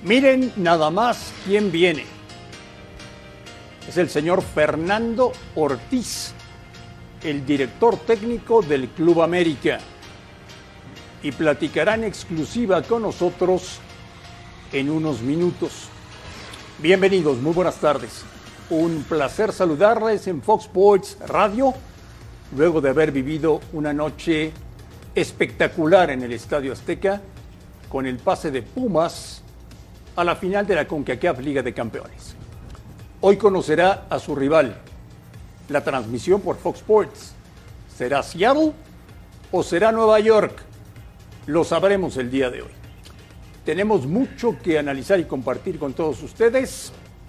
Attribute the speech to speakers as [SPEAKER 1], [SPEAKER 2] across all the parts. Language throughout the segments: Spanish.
[SPEAKER 1] Miren nada más quién viene. Es el señor Fernando Ortiz, el director técnico del Club América. Y platicará en exclusiva con nosotros en unos minutos. Bienvenidos, muy buenas tardes. Un placer saludarles en Fox Sports Radio, luego de haber vivido una noche espectacular en el Estadio Azteca, con el pase de Pumas a la final de la CONCACAF Liga de Campeones. Hoy conocerá a su rival. La transmisión por Fox Sports. ¿Será Seattle o será Nueva York? Lo sabremos el día de hoy. Tenemos mucho que analizar y compartir con todos ustedes.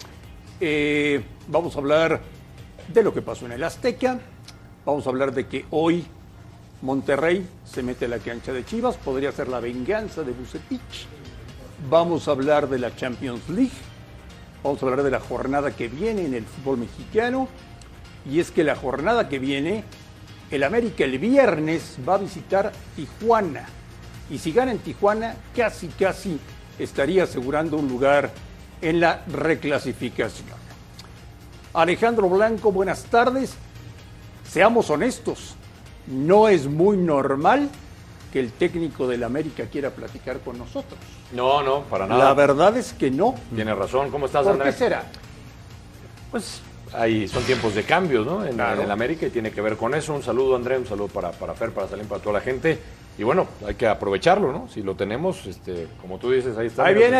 [SPEAKER 1] Vamos a hablar de lo que pasó en el Azteca. Vamos a hablar de que hoy Monterrey se mete a la cancha de Chivas. Podría ser la venganza de Vucetich. Vamos a hablar de la Champions League. Vamos a hablar de la jornada que viene en el fútbol mexicano. Y es que la jornada que viene, el América el viernes va a visitar Tijuana. Y si gana en Tijuana, casi estaría asegurando un lugar en la reclasificación. Alejandro Blanco, buenas tardes. Seamos honestos, no es muy normal que el técnico del América quiera platicar con nosotros.
[SPEAKER 2] No, para nada.
[SPEAKER 1] La verdad es que no.
[SPEAKER 2] Tienes razón. ¿Cómo estás,
[SPEAKER 1] ¿Por
[SPEAKER 2] Andrés?
[SPEAKER 1] qué será?
[SPEAKER 2] Pues son tiempos de cambios, ¿no?
[SPEAKER 1] Claro.
[SPEAKER 2] En el América y tiene que ver con eso. Un saludo, Andrés, un saludo para Fer, para Salim, para toda la gente. Y bueno, hay que aprovecharlo, ¿no? Si lo tenemos, como tú dices, ahí está.
[SPEAKER 1] Ahí viene.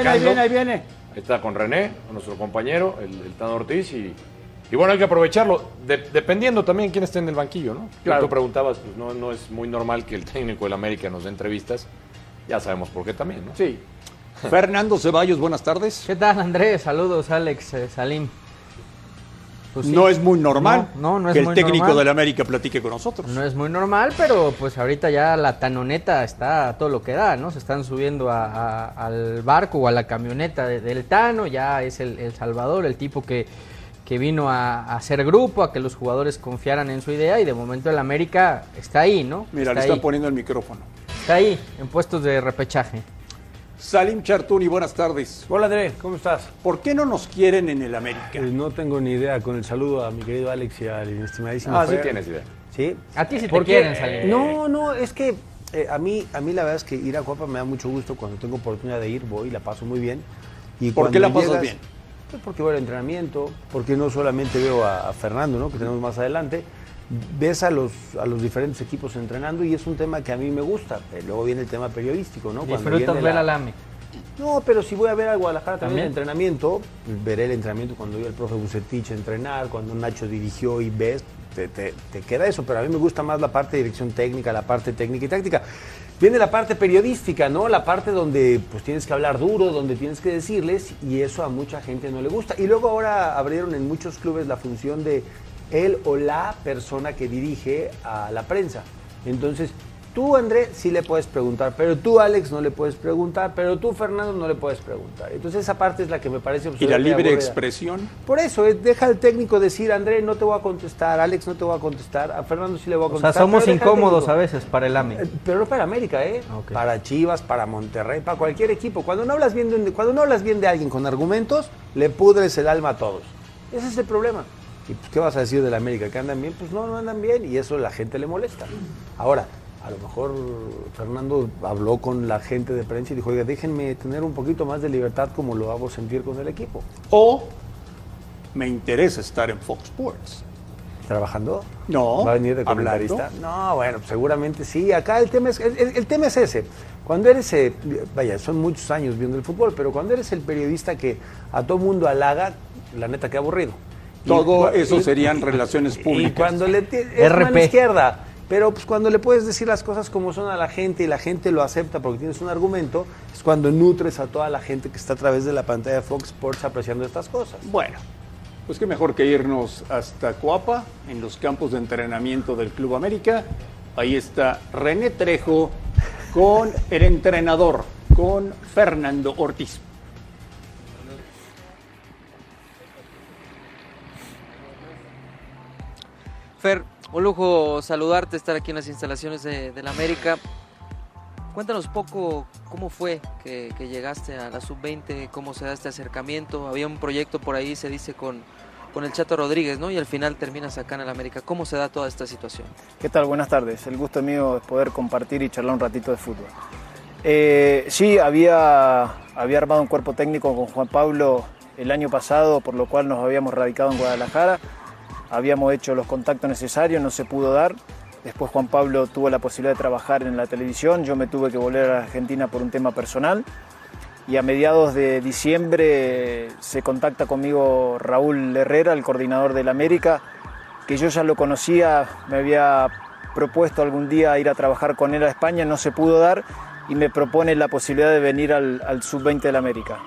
[SPEAKER 2] Ahí está con René, con nuestro compañero, el Tano Ortiz. Y bueno, hay que aprovecharlo, dependiendo también quién esté en el banquillo, ¿no?
[SPEAKER 1] Claro.
[SPEAKER 2] Tú preguntabas, pues no es muy normal que el técnico del América nos dé entrevistas. Ya sabemos por qué también, ¿no?
[SPEAKER 1] Sí. Fernando Ceballos, buenas tardes.
[SPEAKER 3] ¿Qué tal, Andrés? Saludos, Alex, Salim. Pues sí.
[SPEAKER 1] No es muy normal
[SPEAKER 3] no es
[SPEAKER 1] que el
[SPEAKER 3] muy
[SPEAKER 1] técnico
[SPEAKER 3] normal.
[SPEAKER 1] del América platique con nosotros.
[SPEAKER 3] No es muy normal, pero pues ahorita ya la tanoneta está a todo lo que da, ¿no? Se están subiendo al barco o a la camioneta del Tano, ya es el Salvador, el tipo que vino a hacer grupo, a que los jugadores confiaran en su idea y de momento el América está ahí, ¿no?
[SPEAKER 1] Mira, le están poniendo el micrófono.
[SPEAKER 3] Está ahí, en puestos de repechaje.
[SPEAKER 1] Salim Chartuni, buenas tardes.
[SPEAKER 4] Hola Andrés, ¿cómo estás?
[SPEAKER 1] ¿Por qué no nos quieren en el América?
[SPEAKER 4] No tengo ni idea, con el saludo a mi querido Alex y al estimadísimo
[SPEAKER 2] Sí
[SPEAKER 4] Fer.
[SPEAKER 2] tienes idea.
[SPEAKER 4] ¿Sí?
[SPEAKER 3] A ti sí te
[SPEAKER 4] Porque-
[SPEAKER 3] quieren, Salim.
[SPEAKER 4] No, es que a mí la verdad es que ir a Copa me da mucho gusto. Cuando tengo oportunidad de ir, voy, la paso muy bien. Y
[SPEAKER 1] ¿Por qué
[SPEAKER 4] cuando
[SPEAKER 1] la pasas
[SPEAKER 4] llegas,
[SPEAKER 1] bien?
[SPEAKER 4] Pues porque veo el entrenamiento, porque no solamente veo a Fernando, ¿no? Que tenemos más adelante, ves a los diferentes equipos entrenando y es un tema que a mí me gusta. Luego viene el tema periodístico, ¿no? Cuando
[SPEAKER 3] Disfrutas
[SPEAKER 4] viene
[SPEAKER 3] ver al AME.
[SPEAKER 4] No, pero si voy a ver al Guadalajara también el
[SPEAKER 3] ¿También?
[SPEAKER 4] entrenamiento, veré el entrenamiento cuando vio al profe Vucetich entrenar, cuando Nacho dirigió y ves, te queda eso, pero a mí me gusta más la parte de dirección técnica, la parte técnica y táctica. Viene la parte periodística, ¿no? La parte donde pues tienes que hablar duro, donde tienes que decirles y eso a mucha gente no le gusta. Y luego ahora abrieron en muchos clubes la función de él o la persona que dirige a la prensa. Entonces, tú, André, sí le puedes preguntar, pero tú, Alex, no le puedes preguntar, pero tú, Fernando, no le puedes preguntar. Entonces, esa parte es la que me parece
[SPEAKER 1] ¿Y la
[SPEAKER 4] absolutamente
[SPEAKER 1] libre
[SPEAKER 4] aburrida.
[SPEAKER 1] expresión?
[SPEAKER 4] Por eso, deja al técnico decir, André, no te voy a contestar, Alex, no te voy a contestar, a Fernando sí le voy a
[SPEAKER 3] O sea,
[SPEAKER 4] contestar.
[SPEAKER 3] somos
[SPEAKER 4] pero deja al
[SPEAKER 3] incómodos
[SPEAKER 4] técnico.
[SPEAKER 3] a veces para el AME.
[SPEAKER 4] Pero no para América,
[SPEAKER 3] Ok.
[SPEAKER 4] Para Chivas, para Monterrey, para cualquier equipo. Cuando no hablas bien de alguien con argumentos, le pudres el alma a todos. Ese es el problema. ¿Y pues, qué vas a decir de la América? ¿Que andan bien? Pues no andan bien y eso a la gente le molesta. Ahora, a lo mejor Fernando habló con la gente de prensa y dijo, oiga, déjenme tener un poquito más de libertad como lo hago sentir con el equipo.
[SPEAKER 1] ¿O me interesa estar en Fox Sports?
[SPEAKER 4] ¿Trabajando?
[SPEAKER 1] No,
[SPEAKER 4] ¿Va a venir de
[SPEAKER 1] hablando.
[SPEAKER 4] comentarista? No, bueno, seguramente sí. Acá el tema es ese. Cuando eres, vaya, son muchos años viendo el fútbol, pero cuando eres el periodista que a todo mundo halaga, la neta, qué aburrido.
[SPEAKER 1] Todo eso serían relaciones públicas.
[SPEAKER 4] Y cuando le es mano
[SPEAKER 3] RP.
[SPEAKER 4] izquierda, pero pues cuando le puedes decir las cosas como son a la gente y la gente lo acepta porque tienes un argumento, es cuando nutres a toda la gente que está a través de la pantalla de Fox Sports apreciando estas cosas.
[SPEAKER 1] Bueno, pues qué mejor que irnos hasta Coapa, en los campos de entrenamiento del Club América. Ahí está René Trejo con el entrenador, con Fernando Ortiz.
[SPEAKER 5] Fer, un lujo saludarte, estar aquí en las instalaciones del América. Cuéntanos un poco cómo fue que llegaste a la Sub-20, cómo se da este acercamiento. Había un proyecto por ahí, se dice, con el Chato Rodríguez, ¿no? Y al final terminas acá en el América. ¿Cómo se da toda esta situación?
[SPEAKER 6] ¿Qué tal? Buenas tardes. El gusto mío es poder compartir y charlar un ratito de fútbol. Sí, había armado un cuerpo técnico con Juan Pablo el año pasado, por lo cual nos habíamos radicado en Guadalajara. Habíamos hecho los contactos necesarios, no se pudo dar. Después Juan Pablo tuvo la posibilidad de trabajar en la televisión, yo me tuve que volver a Argentina por un tema personal y a mediados de diciembre se contacta conmigo Raúl Herrera, el coordinador del América, que yo ya lo conocía, me había propuesto algún día ir a trabajar con él a España, no se pudo dar y me propone la posibilidad de venir al Sub-20 del América.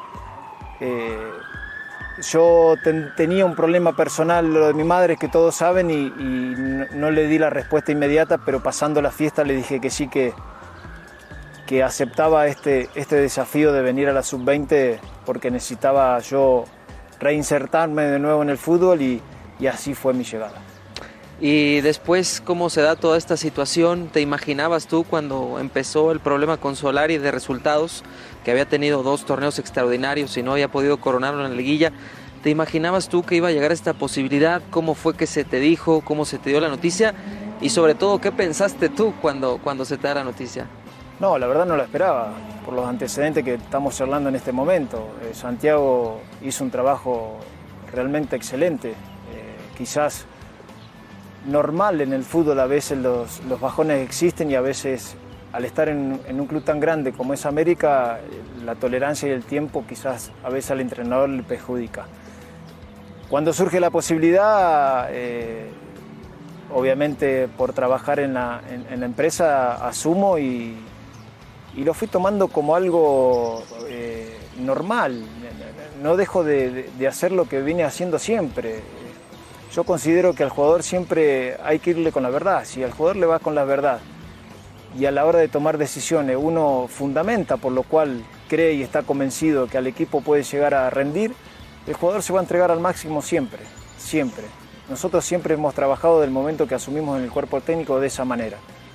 [SPEAKER 6] Yo tenía un problema personal, lo de mi madre, que todos saben, y no le di la respuesta inmediata, pero pasando la fiesta le dije que sí, que aceptaba este desafío de venir a la Sub-20 porque necesitaba yo reinsertarme de nuevo en el fútbol y así fue mi llegada.
[SPEAKER 5] Y después, ¿cómo se da toda esta situación? ¿Te imaginabas tú cuando empezó el problema con Solari de resultados, que había tenido 2 torneos extraordinarios y no había podido coronarlo en la liguilla? ¿Te imaginabas tú que iba a llegar esta posibilidad? ¿Cómo fue que se te dijo? ¿Cómo se te dio la noticia? Y sobre todo, ¿qué pensaste tú cuando se te da la noticia?
[SPEAKER 6] No, la verdad no la esperaba, por los antecedentes que estamos charlando en este momento. Santiago hizo un trabajo realmente excelente, quizás normal en el fútbol, a veces los bajones existen y a veces al estar en un club tan grande como es América, la tolerancia y el tiempo quizás a veces al entrenador le perjudica. Cuando surge la posibilidad, obviamente por trabajar en la empresa asumo y lo fui tomando como algo normal, no dejo de hacer lo que vine haciendo siempre. Yo considero que al jugador siempre hay que irle con la verdad. Si al jugador le va con la verdad y a la hora de tomar decisiones uno fundamenta, por lo cual cree y está convencido que al equipo puede llegar a rendir, el jugador se va a entregar al máximo siempre, siempre. Nosotros siempre hemos trabajado del momento que asumimos en el cuerpo técnico de esa manera.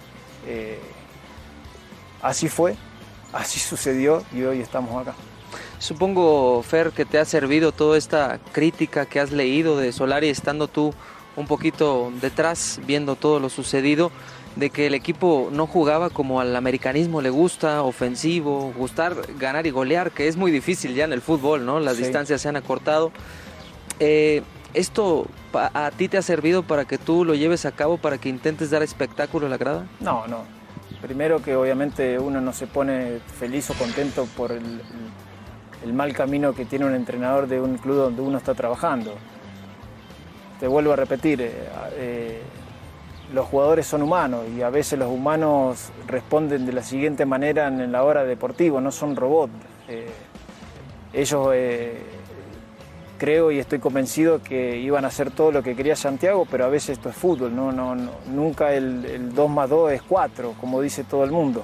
[SPEAKER 6] Así fue, así sucedió y hoy estamos acá.
[SPEAKER 5] Supongo, Fer, que te ha servido toda esta crítica que has leído de Solari, estando tú un poquito detrás, viendo todo lo sucedido, de que el equipo no jugaba como al americanismo le gusta, ofensivo, gustar, ganar y golear, que es muy difícil ya en el fútbol, ¿no? Las distancias se han acortado. ¿Esto a ti te ha servido para que tú lo lleves a cabo, para que intentes dar espectáculo a la grada?
[SPEAKER 6] No. Primero que obviamente uno no se pone feliz o contento por el mal camino que tiene un entrenador de un club donde uno está trabajando. Te vuelvo a repetir, los jugadores son humanos y a veces los humanos responden de la siguiente manera en la hora deportiva, no son robots. Ellos creo y estoy convencido que iban a hacer todo lo que quería Santiago, pero a veces esto es fútbol, nunca el 2 más 2 es 4, como dice todo el mundo.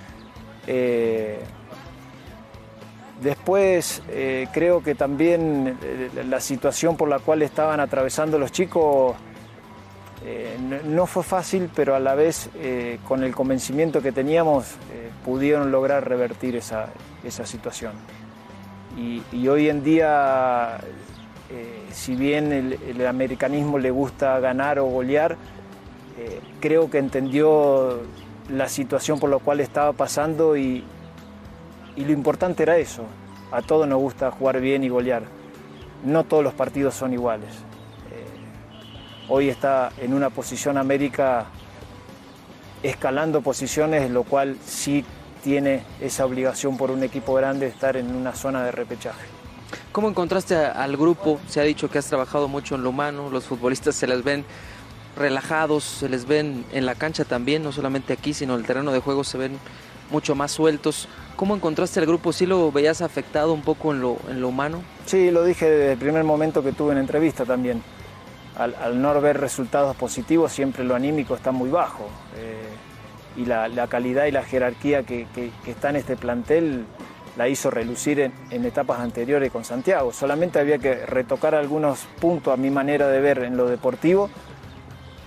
[SPEAKER 6] Después creo que también la situación por la cual estaban atravesando los chicos no fue fácil, pero a la vez con el convencimiento que teníamos pudieron lograr revertir esa situación. Y hoy en día, si bien el americanismo le gusta ganar o golear, creo que entendió la situación por la cual estaba pasando y lo importante era eso. A todos nos gusta jugar bien y golear. No todos los partidos son iguales. Hoy está en una posición América escalando posiciones, lo cual sí tiene esa obligación por un equipo grande de estar en una zona de repechaje.
[SPEAKER 5] ¿Cómo encontraste al grupo? Se ha dicho que has trabajado mucho en lo humano, los futbolistas se les ven relajados, se les ven en la cancha también, no solamente aquí, sino en el terreno de juego se ven mucho más sueltos. ¿Cómo encontraste al grupo? ¿Sí lo veías afectado un poco en lo humano? Sí, lo dije desde el primer momento que tuve en entrevista también. Al no ver resultados positivos, siempre lo anímico está muy bajo. Y la calidad y la jerarquía que está en este plantel la hizo relucir en etapas anteriores con Santiago. Solamente había que retocar algunos puntos a mi manera de ver en lo deportivo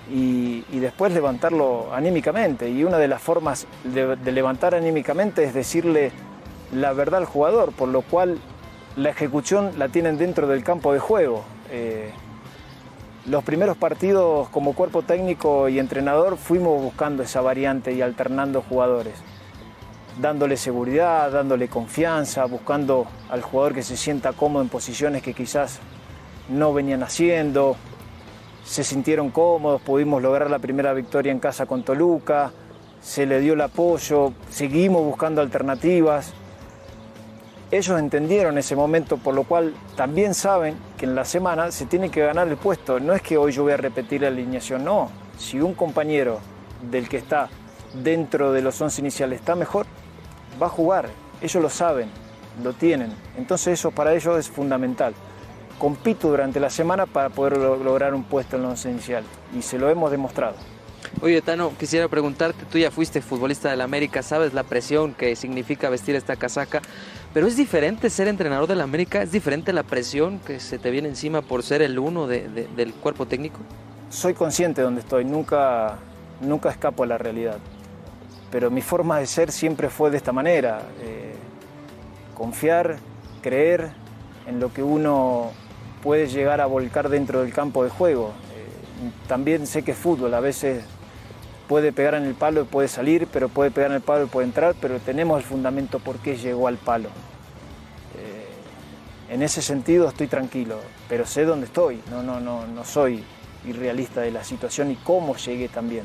[SPEAKER 6] y después levantarlo anímicamente. Y una de las formas de levantar anímicamente es decirle la verdad al jugador, por lo cual la ejecución la tienen dentro del campo de juego. Los primeros partidos como cuerpo técnico y entrenador fuimos buscando esa variante y alternando jugadores, dándole seguridad, dándole confianza, buscando al jugador que se sienta cómodo en posiciones que quizás no venían haciendo. Se sintieron cómodos, pudimos lograr la primera victoria en casa con Toluca, se le dio el apoyo, seguimos buscando alternativas. Ellos entendieron ese momento, por lo cual también saben que en la semana se tiene que ganar el puesto. No es que hoy yo voy a repetir la alineación, no. Si un compañero del que está dentro de los 11 iniciales está mejor, va a jugar. Ellos lo saben, lo tienen. Entonces eso para ellos es fundamental. Compito durante la semana para poder lograr un puesto en los 11 inicial y se lo hemos demostrado.
[SPEAKER 5] Oye, Tano, quisiera preguntarte, tú ya fuiste futbolista del América, sabes la presión que significa vestir esta casaca, pero es diferente ser entrenador del América, es diferente la presión que se te viene encima por ser el uno del cuerpo técnico.
[SPEAKER 6] Soy consciente de donde estoy, nunca escapo a la realidad, pero mi forma de ser siempre fue de esta manera, confiar, creer en lo que uno puede llegar a volcar dentro del campo de juego. También sé que es fútbol, a veces puede pegar en el palo y puede salir, pero puede pegar en el palo y puede entrar, pero tenemos el fundamento por qué llegó al palo. En ese sentido estoy tranquilo, pero sé dónde estoy, no soy irrealista de la situación y cómo llegué también.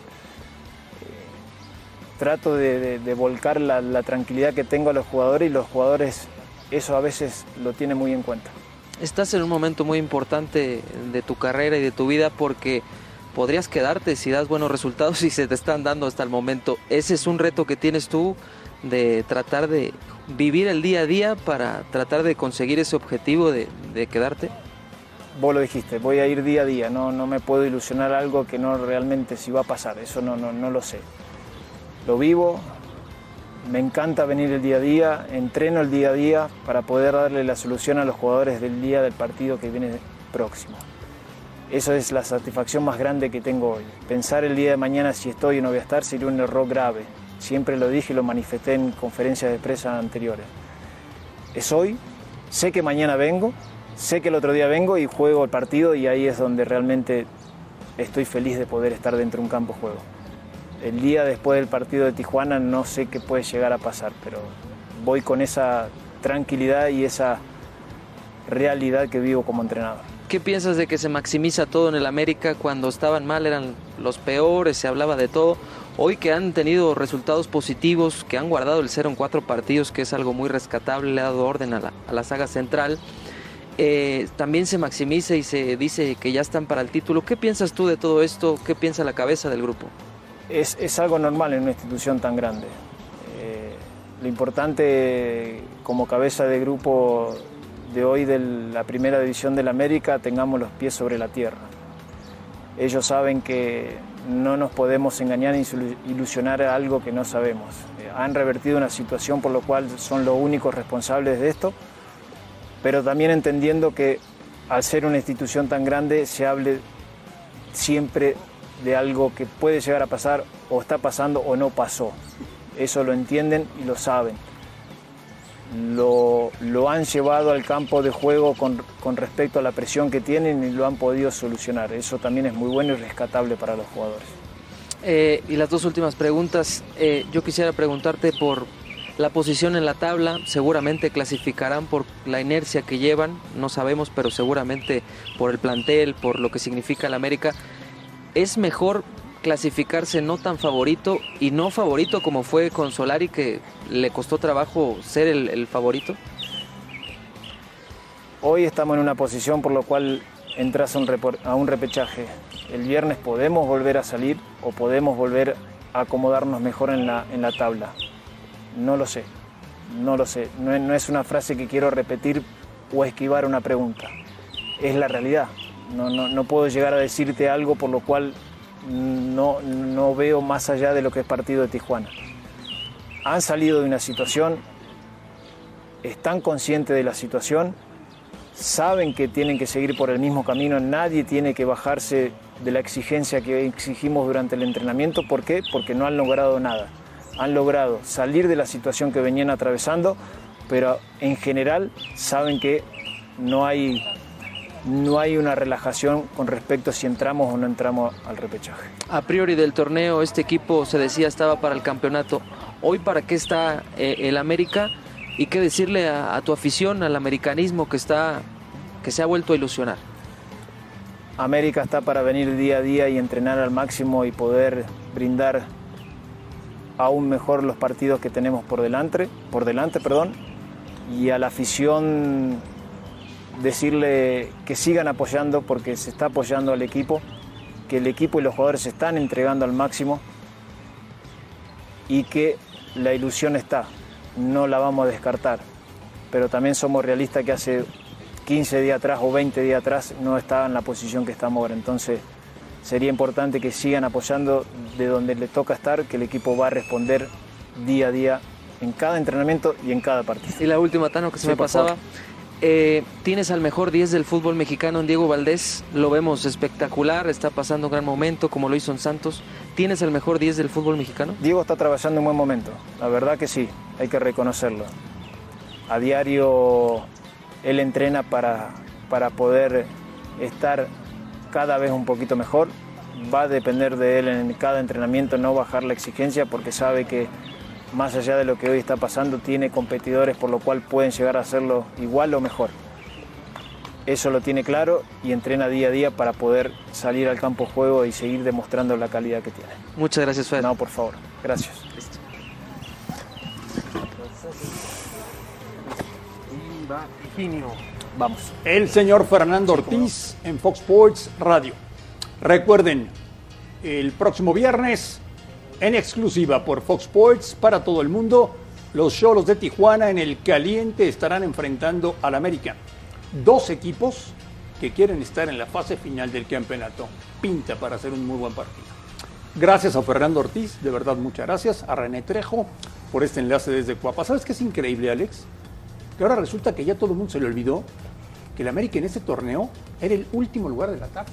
[SPEAKER 6] Trato de volcar la tranquilidad que tengo a los jugadores y los jugadores eso a veces lo tienen muy en cuenta.
[SPEAKER 5] Estás en un momento muy importante de tu carrera y de tu vida porque podrías quedarte si das buenos resultados y se te están dando hasta el momento. Ese es un reto que tienes tú de tratar de vivir el día a día para tratar de conseguir ese objetivo de quedarte.
[SPEAKER 6] Vos lo dijiste, voy a ir día a día, no me puedo ilusionar algo que no realmente si va a pasar, eso no lo sé. Lo vivo, me encanta venir el día a día, entreno el día a día para poder darle la solución a los jugadores del día del partido que viene próximo. Eso es la satisfacción más grande que tengo hoy. Pensar el día de mañana si estoy o no voy a estar sería un error grave. Siempre lo dije y lo manifesté en conferencias de prensa anteriores. Es hoy, sé que mañana vengo, sé que el otro día vengo y juego el partido y ahí es donde realmente estoy feliz de poder estar dentro de un campo de juego. El día después del partido de Tijuana no sé qué puede llegar a pasar, pero voy con esa tranquilidad y esa realidad que vivo como entrenador.
[SPEAKER 5] ¿Qué piensas de que se maximiza todo en el América? Cuando estaban mal eran los peores, se hablaba de todo. Hoy que han tenido resultados positivos, que han guardado el 0 en 4 partidos, que es algo muy rescatable, le ha dado orden a la saga central, también se maximiza y se dice que ya están para el título. ¿Qué piensas tú de todo esto? ¿Qué piensa la cabeza del grupo?
[SPEAKER 6] Es algo normal en una institución tan grande. Lo importante como cabeza de grupo de hoy de la primera división del América, tengamos los pies sobre la tierra. Ellos saben que no nos podemos engañar ni ilusionar a algo que no sabemos. Han revertido una situación por lo cual son los únicos responsables de esto, pero también entendiendo que al ser una institución tan grande se hable siempre de algo que puede llegar a pasar o está pasando o no pasó. Eso lo entienden y lo saben. Lo han llevado al campo de juego con respecto a la presión que tienen y lo han podido solucionar. Eso también es muy bueno y rescatable para los jugadores.
[SPEAKER 5] Y las dos últimas preguntas. Yo quisiera preguntarte por la posición en la tabla. Seguramente clasificarán por la inercia que llevan, no sabemos, pero seguramente por el plantel, por lo que significa el América. ¿Es mejor clasificarse no tan favorito y no favorito como fue con Solari, que le costó trabajo ser el favorito?
[SPEAKER 6] Hoy estamos en una posición por lo cual entras a un repechaje. El viernes podemos volver a salir o podemos volver a acomodarnos mejor en la tabla. No lo sé. No es una frase que quiero repetir o esquivar una pregunta. Es la realidad. No puedo llegar a decirte algo por lo cual no veo más allá de lo que es partido de Tijuana. Han salido de una situación, están conscientes de la situación, saben que tienen que seguir por el mismo camino, nadie tiene que bajarse de la exigencia que exigimos durante el entrenamiento. ¿Por qué? Porque no han logrado nada. Han logrado salir de la situación que venían atravesando, pero en general saben que no hay una relajación con respecto a si entramos o no entramos al repechaje.
[SPEAKER 5] A priori del torneo, este equipo se decía estaba para el campeonato. Hoy, ¿para qué está el América? ¿Y qué decirle a tu afición, al americanismo que se ha vuelto a ilusionar?
[SPEAKER 6] América está para venir día a día y entrenar al máximo y poder brindar aún mejor los partidos que tenemos por delante, y a la afición decirle que sigan apoyando, porque se está apoyando al equipo, que el equipo y los jugadores se están entregando al máximo y que la ilusión está, no la vamos a descartar, pero también somos realistas que hace 15 días atrás o 20 días atrás no estaba en la posición que estamos ahora. Entonces sería importante que sigan apoyando de donde le toca estar, que el equipo va a responder día a día en cada entrenamiento y en cada partido.
[SPEAKER 5] Y la última, Tano, que se me pasaba. Tienes al mejor 10 del fútbol mexicano en Diego Valdés, lo vemos espectacular, está pasando un gran momento como lo hizo en Santos. ¿Tienes el mejor 10 del fútbol mexicano?
[SPEAKER 6] Diego está atravesando un buen momento, la verdad que sí, hay que reconocerlo. A diario él entrena para poder estar cada vez un poquito mejor. Va a depender de él en cada entrenamiento no bajar la exigencia, porque sabe que más allá de lo que hoy está pasando, tiene competidores por lo cual pueden llegar a hacerlo igual o mejor. Eso lo tiene claro y entrena día a día para poder salir al campo de juego y seguir demostrando la calidad que tiene.
[SPEAKER 5] Muchas gracias, Fede.
[SPEAKER 6] No, por favor. Gracias.
[SPEAKER 5] Listo.
[SPEAKER 1] Vamos. El señor Fernando Ortiz en Fox Sports Radio. Recuerden, el próximo viernes, en exclusiva por Fox Sports para todo el mundo, los Xolos de Tijuana en el caliente estarán enfrentando al América. Dos equipos que quieren estar en la fase final del campeonato. Pinta para hacer un muy buen partido. Gracias a Fernando Ortiz, de verdad muchas gracias. A René Trejo por este enlace desde Cuapa. ¿Sabes qué es increíble, Alex? Que ahora resulta que ya todo el mundo se le olvidó que el América en este torneo era el último lugar de la tabla.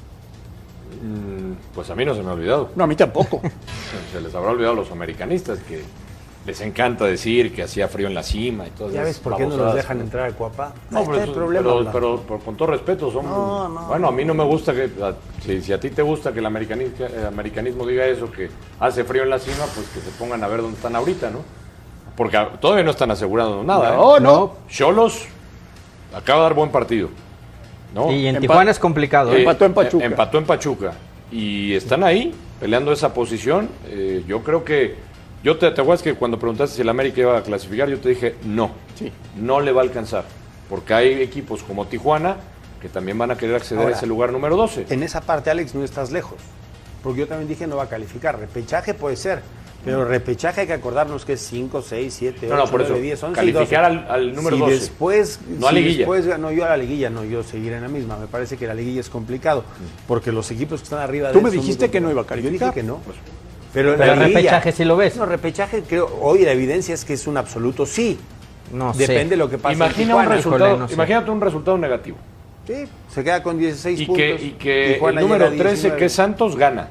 [SPEAKER 2] Pues a mí no se me ha olvidado.
[SPEAKER 1] No, a mí tampoco.
[SPEAKER 2] Se les habrá olvidado a los americanistas, que les encanta decir que hacía frío en la cima y todo eso.
[SPEAKER 4] ¿Ya ves por qué no nos dejan entrar al Cuapa?
[SPEAKER 2] No, pero con todo respeto, bueno, a mí no me gusta que, si a ti te gusta que el americanismo diga eso, que hace frío en la cima, pues que se pongan a ver dónde están ahorita, ¿no? Porque todavía no están asegurando nada.
[SPEAKER 1] No.
[SPEAKER 2] Xolos acaba de dar buen partido, ¿no?
[SPEAKER 3] Y en Tijuana es complicado.
[SPEAKER 1] Empató en Pachuca.
[SPEAKER 2] Empató en Pachuca. Y están ahí, peleando esa posición. Yo creo que... ¿Te acuerdas que cuando preguntaste si el América iba a clasificar? Yo te dije, no.
[SPEAKER 1] Sí.
[SPEAKER 2] No le va a alcanzar. Porque hay equipos como Tijuana que también van a querer acceder a ese lugar número 12.
[SPEAKER 4] En esa parte, Alex, no estás lejos. Porque yo también dije no va a calificar. Repechaje puede ser. Pero repechaje hay que acordarnos que es 5, 6, 7, 8, 9, 10, 11
[SPEAKER 2] calificar al número 12.
[SPEAKER 4] Después,
[SPEAKER 2] no a liguilla.
[SPEAKER 4] Yo a la liguilla no, yo seguiré en la misma. Me parece que la liguilla es complicado, porque los equipos que están arriba de
[SPEAKER 1] Tú me dijiste que no iba a calificar.
[SPEAKER 4] Yo dije que no. Pero
[SPEAKER 3] la repechaje sí lo ves.
[SPEAKER 4] No, repechaje creo, hoy la evidencia es que es un absoluto sí.
[SPEAKER 3] No sé.
[SPEAKER 4] Depende de lo que pase.
[SPEAKER 2] Imagínate un resultado negativo.
[SPEAKER 4] Sí, se queda con 16 puntos.
[SPEAKER 2] Y que el número 13, que es Santos, gana.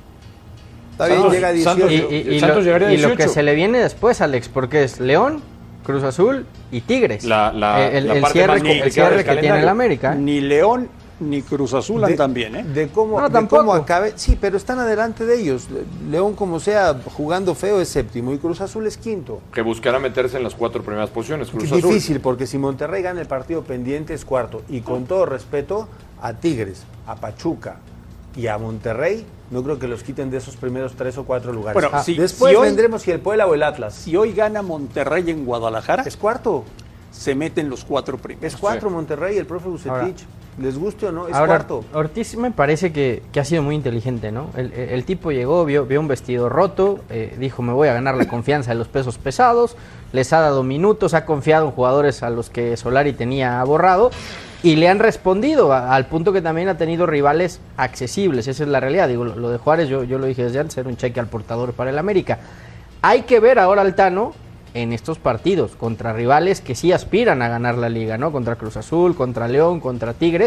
[SPEAKER 4] Está bien, llega a 18.
[SPEAKER 2] Santos llegaría a 18.
[SPEAKER 3] Y lo que se le viene después, Alex, porque es León, Cruz Azul y Tigres. El cierre que tiene el América.
[SPEAKER 1] Ni León ni Cruz Azul andan bien, ¿eh?
[SPEAKER 4] De cómo acabe. Sí, pero están adelante de ellos. León, como sea, jugando feo, es séptimo y Cruz Azul es quinto.
[SPEAKER 2] Que buscará meterse en las 4 primeras posiciones.
[SPEAKER 4] Es difícil, porque si Monterrey gana el partido pendiente es cuarto. Y con todo respeto a Tigres, a Pachuca y a Monterrey, no creo que los quiten de esos primeros 3 o 4 lugares.
[SPEAKER 1] Bueno,
[SPEAKER 4] después vendremos si el Puebla o el Atlas.
[SPEAKER 1] Si hoy gana Monterrey en Guadalajara,
[SPEAKER 4] es cuarto.
[SPEAKER 1] Se meten los 4 primeros.
[SPEAKER 4] Es 4 Monterrey, el profe Bucetich. Ahora, les guste o no, es cuarto.
[SPEAKER 3] Ortiz me parece que ha sido muy inteligente, ¿no? El tipo llegó, vio un vestido roto, dijo me voy a ganar la confianza de los pesos pesados, les ha dado minutos, ha confiado en jugadores a los que Solari tenía borrado y le han respondido al punto que también ha tenido rivales accesibles, esa es la realidad. Digo, lo de Juárez yo lo dije desde antes, era un cheque al portador para el América. Hay que ver ahora al Tano en estos partidos, contra rivales que sí aspiran a ganar la liga, ¿no? Contra Cruz Azul, contra León, contra Tigres,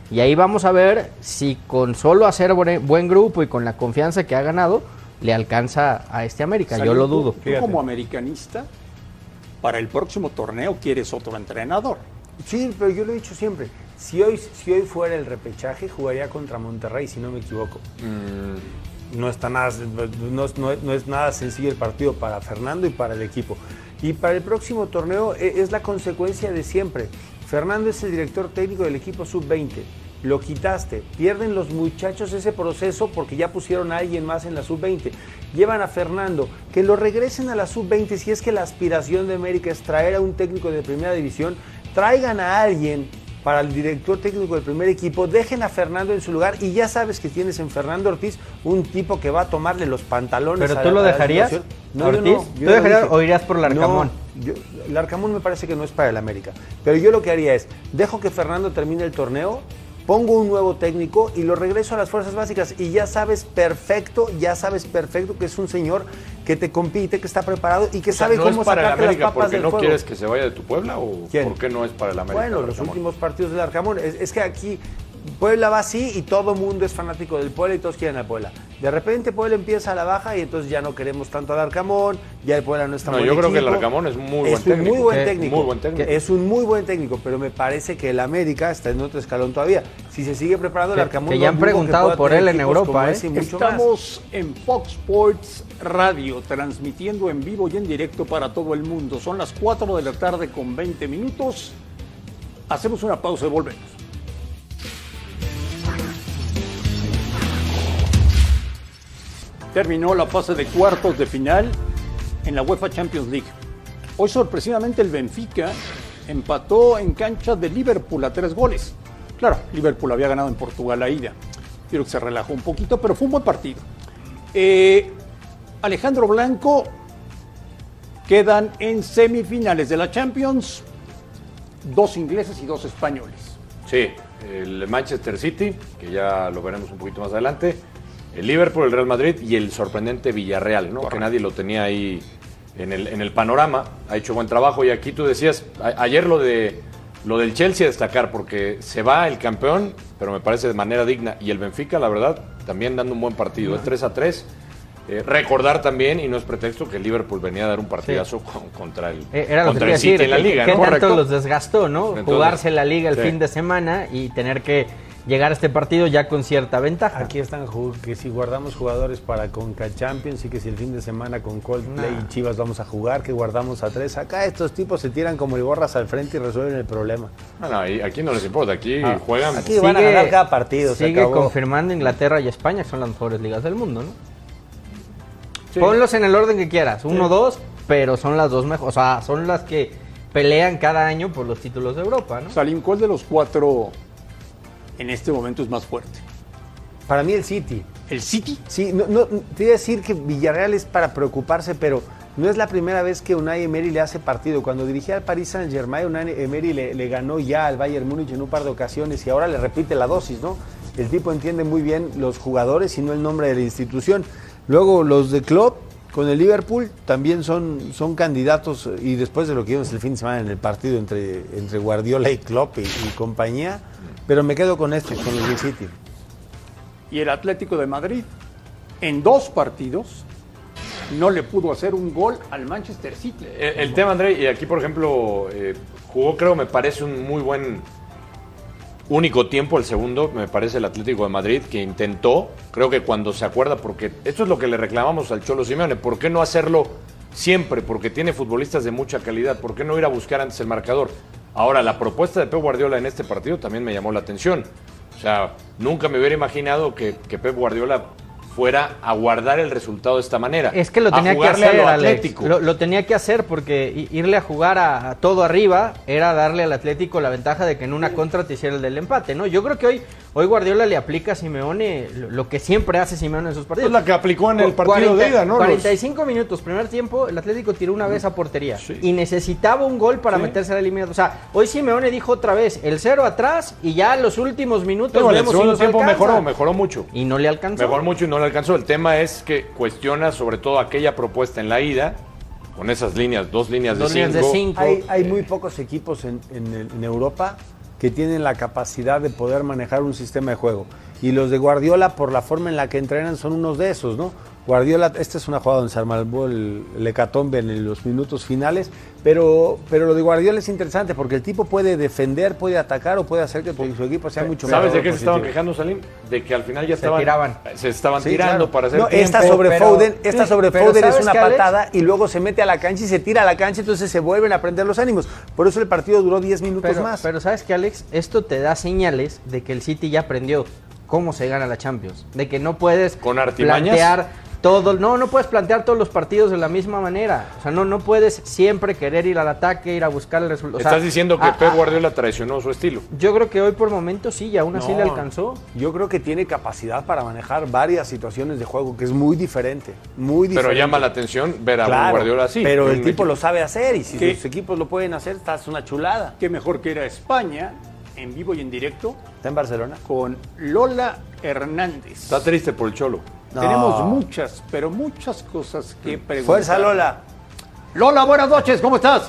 [SPEAKER 3] Y ahí vamos a ver si con solo hacer buen grupo y con la confianza que ha ganado, le alcanza a este América. Yo lo dudo.
[SPEAKER 1] Tú como americanista, para el próximo torneo quieres otro entrenador.
[SPEAKER 4] Sí, pero yo lo he dicho siempre. Si hoy fuera el repechaje, jugaría contra Monterrey, si no me equivoco. No es nada sencillo el partido para Fernando y para el equipo. Y para el próximo torneo es la consecuencia de siempre. Fernando es el director técnico del equipo sub-20. Lo quitaste, pierden los muchachos ese proceso porque ya pusieron a alguien más en la sub-20. Llevan a Fernando, que lo regresen a la sub-20 si es que la aspiración de América es traer a un técnico de primera división. Traigan a alguien para el director técnico del primer equipo, dejen a Fernando en su lugar y ya sabes que tienes en Fernando Ortiz un tipo que va a tomarle los pantalones.
[SPEAKER 3] ¿Pero tú lo dejarías, Ortiz? ¿Tú dejarías o irías por Larcamón?
[SPEAKER 4] No, Larcamón me parece que no es para el América, pero yo lo que haría es, dejo que Fernando termine el torneo, pongo un nuevo técnico y lo regreso a las fuerzas básicas y ya sabes perfecto que es un señor que te compite, que está preparado y que sabe cómo sacarte las papas del fuego.
[SPEAKER 2] ¿Por qué no quieres que se vaya de tu Puebla o
[SPEAKER 4] ¿quién?
[SPEAKER 2] ¿Por qué no es para el América?
[SPEAKER 4] Bueno, los últimos partidos del Arcamón, es que aquí Puebla va así y todo mundo es fanático del Puebla y todos quieren a Puebla. De repente Puebla empieza a la baja y entonces ya no queremos tanto al Arcamón, ya el Puebla no está muy
[SPEAKER 2] yo creo que el Arcamón es muy buen técnico.
[SPEAKER 4] Muy buen técnico. Es un muy buen técnico, pero me parece que el América está en otro escalón todavía. Si se sigue preparando el Arcamón...
[SPEAKER 3] Que ya han preguntado por él en Europa,
[SPEAKER 1] Estamos en Fox Sports Radio, transmitiendo en vivo y en directo para todo el mundo. Son las 4 de la tarde con 20 minutos. Hacemos una pausa y volvemos. Terminó la fase de cuartos de final en la UEFA Champions League. Hoy sorpresivamente el Benfica empató en cancha de Liverpool a 3 goles. Claro, Liverpool había ganado en Portugal la ida. Creo que se relajó un poquito, pero fue un buen partido. Alejandro Blanco, quedan en semifinales de la Champions 2 ingleses y 2 españoles.
[SPEAKER 2] Sí, el Manchester City, que ya lo veremos un poquito más adelante, el Liverpool, el Real Madrid y el sorprendente Villarreal, ¿no? Correcto. Que nadie lo tenía ahí en el panorama. Ha hecho buen trabajo y aquí tú decías, ayer lo del Chelsea destacar porque se va el campeón, pero me parece de manera digna. Y el Benfica, la verdad, también dando un buen partido, 3-3. Recordar también, y no es pretexto, que el Liverpool venía a dar un partidazo contra el City en la Liga.
[SPEAKER 3] ¿Qué tanto los desgastó, no? Entonces, jugarse la Liga el fin de semana y tener que llegar a este partido ya con cierta ventaja.
[SPEAKER 4] Aquí están que si guardamos jugadores para Conca Champions y que si el fin de semana con Coldplay y Chivas vamos a jugar, que guardamos a 3. Acá estos tipos se tiran como el borras al frente y resuelven el problema.
[SPEAKER 2] No, aquí no les importa, aquí juegan.
[SPEAKER 4] Aquí van a ganar cada partido.
[SPEAKER 3] Sigue confirmando Inglaterra y España que son las mejores ligas del mundo, ¿no? Sí. Ponlos en el orden que quieras, 1, 2, pero son las 2 mejores, o sea, son las que pelean cada año por los títulos de Europa, ¿no?
[SPEAKER 1] Salim, ¿cuál de los 4 en este momento es más fuerte?
[SPEAKER 4] Para mí el City.
[SPEAKER 1] ¿El City?
[SPEAKER 4] Sí, no, te iba a decir que Villarreal es para preocuparse, pero no es la primera vez que Unai Emery le hace partido. Cuando dirigía al Paris Saint-Germain, Unai Emery le ganó ya al Bayern Múnich en un par de ocasiones y ahora le repite la dosis, ¿no? El tipo entiende muy bien los jugadores y no el nombre de la institución. Luego los de Klopp con el Liverpool también son candidatos, y después de lo que vimos el fin de semana en el partido entre Guardiola y Klopp y compañía, pero me quedo con los del City.
[SPEAKER 1] Y el Atlético de Madrid, en 2 partidos, no le pudo hacer un gol al Manchester City.
[SPEAKER 2] El tema, André, y aquí por ejemplo, jugó, creo, me parece un muy buen único tiempo, el segundo, me parece el Atlético de Madrid, que intentó, creo que cuando se acuerda, porque esto es lo que le reclamamos al Cholo Simeone, ¿por qué no hacerlo siempre? Porque tiene futbolistas de mucha calidad, ¿por qué no ir a buscar antes el marcador? Ahora, la propuesta de Pep Guardiola en este partido también me llamó la atención. O sea, nunca me hubiera imaginado que Pep Guardiola fuera a guardar el resultado de esta manera.
[SPEAKER 3] Es que lo tenía que hacer, Alex. Lo tenía que hacer porque irle a jugar a todo arriba era darle al Atlético la ventaja de que en una contra te hiciera el del empate, ¿no? Yo creo que hoy Guardiola le aplica a Simeone lo que siempre hace Simeone en sus partidos.
[SPEAKER 2] Es la que aplicó en el partido de ida, ¿no?
[SPEAKER 3] 45 minutos, primer tiempo, el Atlético tiró una vez a portería y necesitaba un gol para meterse a la eliminatoria. O sea, hoy Simeone dijo otra vez, el 0 atrás y ya en los últimos minutos
[SPEAKER 2] vemos si nos alcanza. Mejoró mucho.
[SPEAKER 3] Y no le alcanzó.
[SPEAKER 2] Mejoró mucho y no le alcanzó. El tema es que cuestiona sobre todo aquella propuesta en la ida, con esas líneas, 2 líneas de 5.
[SPEAKER 4] Hay muy pocos equipos en Europa que tienen la capacidad de poder manejar un sistema de juego. Y los de Guardiola, por la forma en la que entrenan, son unos de esos, ¿no? Guardiola, esta es una jugada donde se armó el hecatombe en los minutos finales, pero lo de Guardiola es interesante porque el tipo puede defender, puede atacar o puede hacer que su equipo sea mucho mejor.
[SPEAKER 2] ¿Sabes de qué se estaban quejando, Salim? De que al final ya se estaban tirando para hacer tiempo.
[SPEAKER 4] Esta sobre Foden es una patada y luego se mete a la cancha y se tira a la cancha, entonces se vuelven a prender los ánimos. Por eso el partido duró 10 minutos más.
[SPEAKER 3] Pero ¿sabes qué, Alex? Esto te da señales de que el City ya aprendió cómo se gana la Champions, de que no puedes
[SPEAKER 2] ¿con artimañas?
[SPEAKER 3] Plantear todo, no puedes plantear todos los partidos de la misma manera. O sea, no puedes siempre querer ir al ataque, ir a buscar el resultado.
[SPEAKER 2] Estás diciendo que Pep Guardiola traicionó su estilo.
[SPEAKER 3] Yo creo que hoy por momentos sí, y aún así le alcanzó.
[SPEAKER 4] Yo creo que tiene capacidad para manejar varias situaciones de juego, que es muy diferente, muy diferente.
[SPEAKER 2] Pero llama la atención ver a Guardiola así.
[SPEAKER 4] Pero el tipo lo sabe hacer y si sus equipos lo pueden hacer, es una chulada.
[SPEAKER 1] Qué mejor que era España, en vivo y en directo.
[SPEAKER 4] Está en Barcelona.
[SPEAKER 1] Con Lola Hernández.
[SPEAKER 2] Está triste por el Cholo.
[SPEAKER 1] No. Tenemos muchas, pero muchas cosas que preguntar.
[SPEAKER 4] Fuerza, Lola.
[SPEAKER 1] Lola, buenas noches, ¿cómo estás?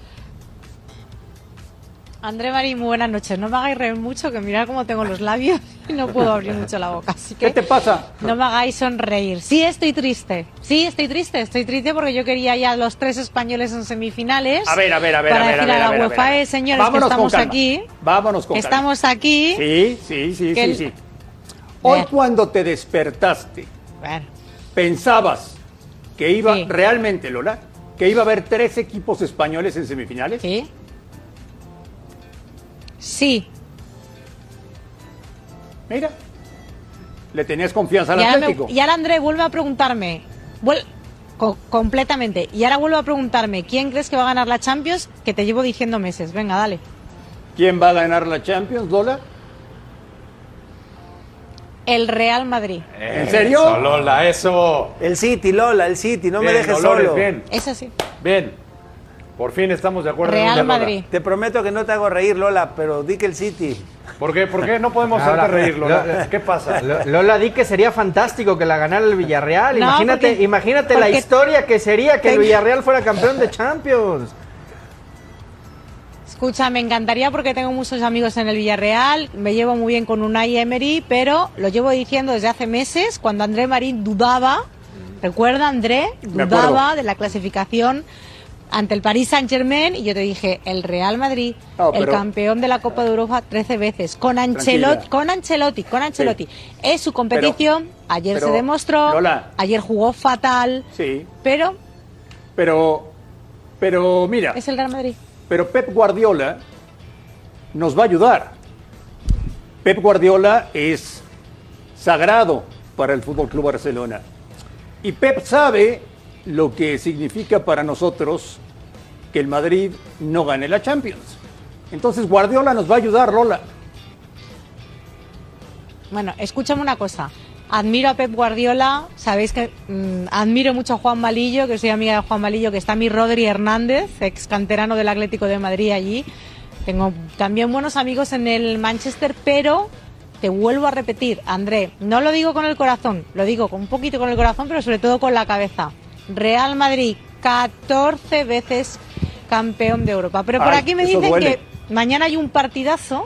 [SPEAKER 7] André Marín, muy buenas noches. No me hagáis reír mucho, que mirad cómo tengo los labios y no puedo abrir mucho la boca. Así que
[SPEAKER 1] ¿qué te pasa?
[SPEAKER 7] No me hagáis sonreír. Sí, estoy triste. Sí, estoy triste porque yo quería ya los 3 españoles en semifinales.
[SPEAKER 1] A ver.
[SPEAKER 7] Para decir a la UEFA, señores,
[SPEAKER 1] vámonos
[SPEAKER 7] que estamos aquí.
[SPEAKER 1] Vámonos con
[SPEAKER 7] estamos calma. Aquí.
[SPEAKER 1] Sí. Hoy cuando te despertaste, ¿pensabas que iba realmente, Lola, que iba a haber 3 equipos españoles en semifinales?
[SPEAKER 7] Sí.
[SPEAKER 1] Mira, le tenías confianza al Atlético.
[SPEAKER 7] Y ahora André vuelve a preguntarme, completamente, y ahora vuelve a preguntarme, ¿quién crees que va a ganar la Champions? Que te llevo diciendo meses. Venga, dale.
[SPEAKER 1] ¿Quién va a ganar la Champions, Lola?
[SPEAKER 7] El Real Madrid.
[SPEAKER 1] ¿En serio?
[SPEAKER 2] Eso, Lola, eso.
[SPEAKER 4] El City, Lola, el City, no me dejes solo.
[SPEAKER 2] Bien.
[SPEAKER 7] Es así.
[SPEAKER 2] Bien. Por fin estamos de acuerdo.
[SPEAKER 7] Real Madrid.
[SPEAKER 4] Te prometo que no te hago reír, Lola, pero di que el City.
[SPEAKER 2] ¿Por qué? ¿Por qué no podemos hacerte reír, Lola? ¿Qué pasa?
[SPEAKER 3] Lola, di que sería fantástico que la ganara el Villarreal. No, imagínate la historia que sería que el Villarreal fuera campeón de Champions.
[SPEAKER 7] Escucha, me encantaría porque tengo muchos amigos en el Villarreal, me llevo muy bien con Unai Emery, pero lo llevo diciendo desde hace meses, cuando André Marín dudaba, ¿recuerda André? Dudaba de la clasificación ante el Paris Saint-Germain y yo te dije, el Real Madrid, el campeón de la Copa de Europa 13 veces, con Ancelotti. Sí. Es su competición, ayer se demostró, Lola, ayer jugó fatal,
[SPEAKER 1] sí,
[SPEAKER 7] pero
[SPEAKER 1] mira,
[SPEAKER 7] es el Real Madrid.
[SPEAKER 1] Pero Pep Guardiola nos va a ayudar. Pep Guardiola es sagrado para el FC Barcelona. Y Pep sabe lo que significa para nosotros que el Madrid no gane la Champions. Entonces Guardiola nos va a ayudar, Lola.
[SPEAKER 7] Bueno, escúchame una cosa. Admiro a Pep Guardiola, sabéis que admiro mucho a Juan Malillo, que soy amiga de Juan Malillo, que está mi Rodri Hernández, ex canterano del Atlético de Madrid allí. Tengo también buenos amigos en el Manchester, pero te vuelvo a repetir, André, no lo digo con el corazón, lo digo con un poquito con el corazón, pero sobre todo con la cabeza. Real Madrid, 14 veces campeón de Europa. Pero por aquí me dicen que mañana hay un partidazo.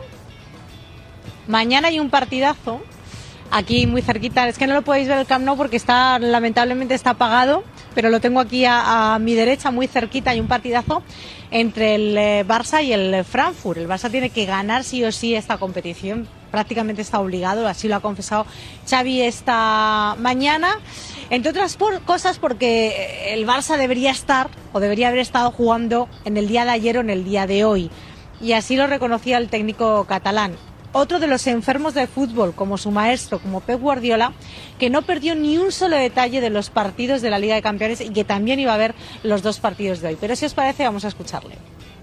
[SPEAKER 7] Aquí muy cerquita, es que no lo podéis ver el Camp Nou porque lamentablemente está apagado, pero lo tengo aquí a mi derecha, muy cerquita, hay un partidazo entre el Barça y el Frankfurt. El Barça tiene que ganar sí o sí esta competición, prácticamente está obligado, así lo ha confesado Xavi esta mañana, entre otras cosas porque el Barça debería estar o debería haber estado jugando en el día de ayer o en el día de hoy, y así lo reconocía el técnico catalán. Otro de los enfermos del fútbol, como su maestro, como Pep Guardiola, que no perdió ni un solo detalle de los partidos de la Liga de Campeones y que también iba a ver los 2 partidos de hoy. Pero si os parece, vamos a escucharle.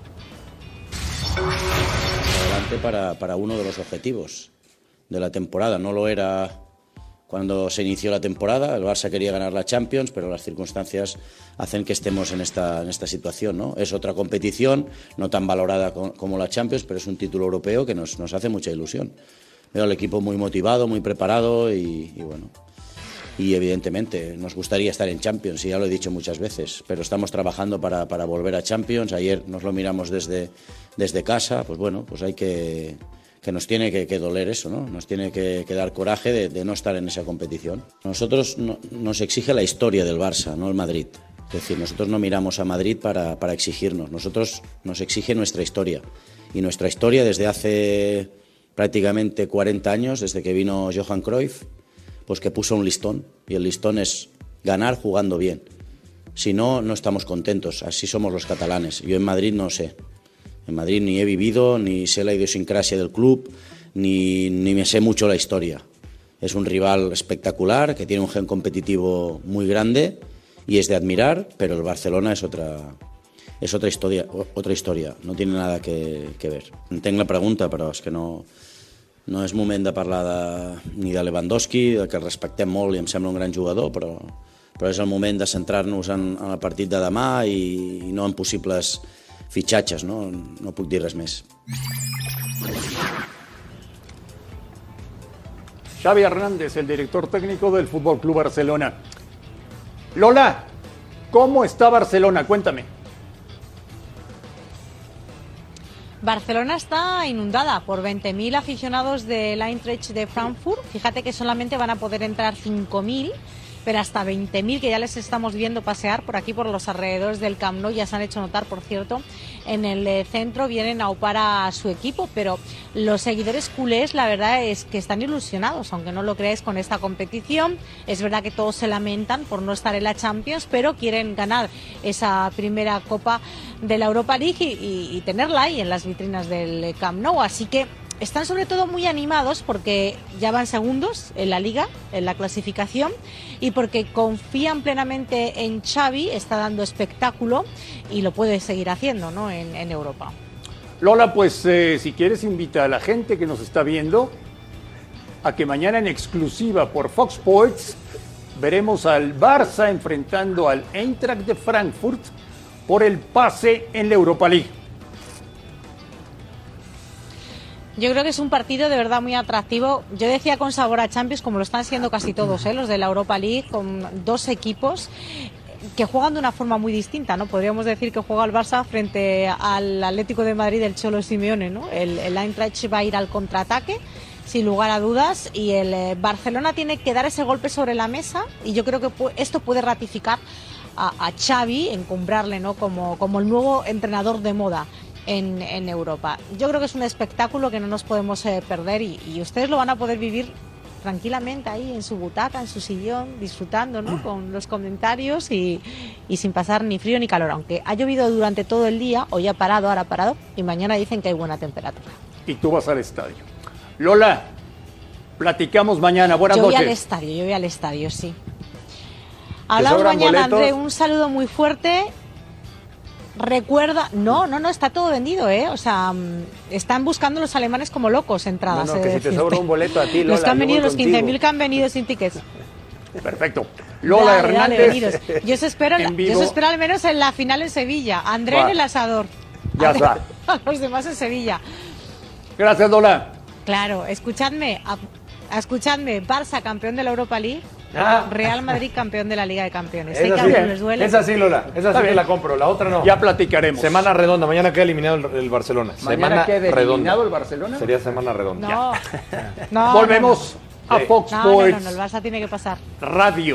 [SPEAKER 8] Adelante para uno de los objetivos de la temporada. No lo era cuando se inició la temporada. El Barça quería ganar la Champions, pero las circunstancias hacen que estemos en esta situación, ¿no? Es otra competición, no tan valorada como la Champions, pero es un título europeo que nos hace mucha ilusión. Veo al equipo muy motivado, muy preparado y bueno. y evidentemente nos gustaría estar en Champions, y ya lo he dicho muchas veces, pero estamos trabajando para volver a Champions. Ayer nos lo miramos desde casa, pues bueno, pues hay que nos tiene que doler eso, ¿no? Nos tiene que dar coraje de no estar en esa competición. Nosotros nos exige la historia del Barça, no el Madrid. Es decir, nosotros no miramos a Madrid para exigirnos, nosotros nos exige nuestra historia. Y nuestra historia desde hace prácticamente 40 años, desde que vino Johan Cruyff, pues que puso un listón, y el listón es ganar jugando bien. Si no, no estamos contentos, así somos los catalanes. Yo en Madrid no sé. En Madrid ni he vivido, ni sé la idiosincrasia del club, ni me sé mucho la historia. Es un rival espectacular, que tiene un gen competitivo muy grande y es de admirar, pero el Barcelona es otra historia, no tiene nada que ver. Entenc la pregunta, però és que no és moment de parlar ni de Lewandowski, que el respectem molt i em sembla un gran jugador, però és el moment de centrar-nos en el partit de demà i no en possibles fitxatges, no puc dir res més.
[SPEAKER 1] Xavi Hernández, el director técnico del Fútbol Club Barcelona. Lola, ¿cómo está Barcelona? Cuéntame.
[SPEAKER 7] Barcelona está inundada por 20.000 aficionados del Eintracht de Frankfurt. Fíjate que solamente van a poder entrar 5.000, pero hasta 20.000 que ya les estamos viendo pasear por aquí, por los alrededores del Camp Nou. Ya se han hecho notar, por cierto, en el centro, vienen a aupar a su equipo, pero los seguidores culés, la verdad es que están ilusionados, aunque no lo creáis, con esta competición. Es verdad que todos se lamentan por no estar en la Champions, pero quieren ganar esa primera Copa de la Europa League y tenerla ahí en las vitrinas del Camp Nou, así que están sobre todo muy animados porque ya van segundos en la Liga, en la clasificación, y porque confían plenamente en Xavi, está dando espectáculo y lo puede seguir haciendo, ¿no?, en Europa.
[SPEAKER 1] Lola, pues si quieres invita a la gente que nos está viendo a que mañana en exclusiva por Fox Sports veremos al Barça enfrentando al Eintracht de Frankfurt por el pase en la Europa League.
[SPEAKER 7] Yo creo que es un partido de verdad muy atractivo. Yo decía con sabor a Champions, como lo están siendo casi todos, los de la Europa League, con dos equipos que juegan de una forma muy distinta, ¿no? Podríamos decir que juega el Barça frente al Atlético de Madrid del Cholo Simeone, ¿no? El Eintracht va a ir al contraataque, sin lugar a dudas, y el Barcelona tiene que dar ese golpe sobre la mesa, y yo creo que esto puede ratificar a Xavi, encumbrarle, ¿no?, como el nuevo entrenador de moda en Europa. Yo creo que es un espectáculo que no nos podemos perder y ustedes lo van a poder vivir tranquilamente ahí en su butaca, en su sillón, disfrutando, ¿no?, con los comentarios y sin pasar ni frío ni calor, aunque ha llovido durante todo el día. Hoy ha parado, ahora ha parado, y mañana dicen que hay buena temperatura.
[SPEAKER 1] Y tú vas al estadio. Lola, platicamos mañana. Buenas noches.
[SPEAKER 7] Yo voy al estadio, sí. Hablamos mañana, André. Un saludo muy fuerte. Recuerda, no, está todo vendido, o sea, están buscando los alemanes como locos entradas.
[SPEAKER 4] No, que si te sobra un boleto a ti, Lola.
[SPEAKER 7] Los que han venido, los 15.000 que han venido sin tickets.
[SPEAKER 1] Perfecto. Lola Hernández.
[SPEAKER 7] Yo os espero al menos en la final en Sevilla. André en el asador.
[SPEAKER 1] Ya está.
[SPEAKER 7] A los demás en Sevilla.
[SPEAKER 1] Gracias, Lola.
[SPEAKER 7] Claro, escuchadme, Barça campeón de la Europa League. Real Madrid campeón de la Liga de Campeones. Les duele.
[SPEAKER 2] Es así, Lola. Esa sí que la compro. La otra no.
[SPEAKER 1] Ya platicaremos.
[SPEAKER 2] Semana redonda. Mañana queda eliminado el Barcelona.
[SPEAKER 1] ¿Mañana queda eliminado el Barcelona?
[SPEAKER 2] Sería semana redonda.
[SPEAKER 7] No.
[SPEAKER 1] Volvemos a Fox Sports.
[SPEAKER 7] No, el Barça tiene que pasar.
[SPEAKER 1] Radio.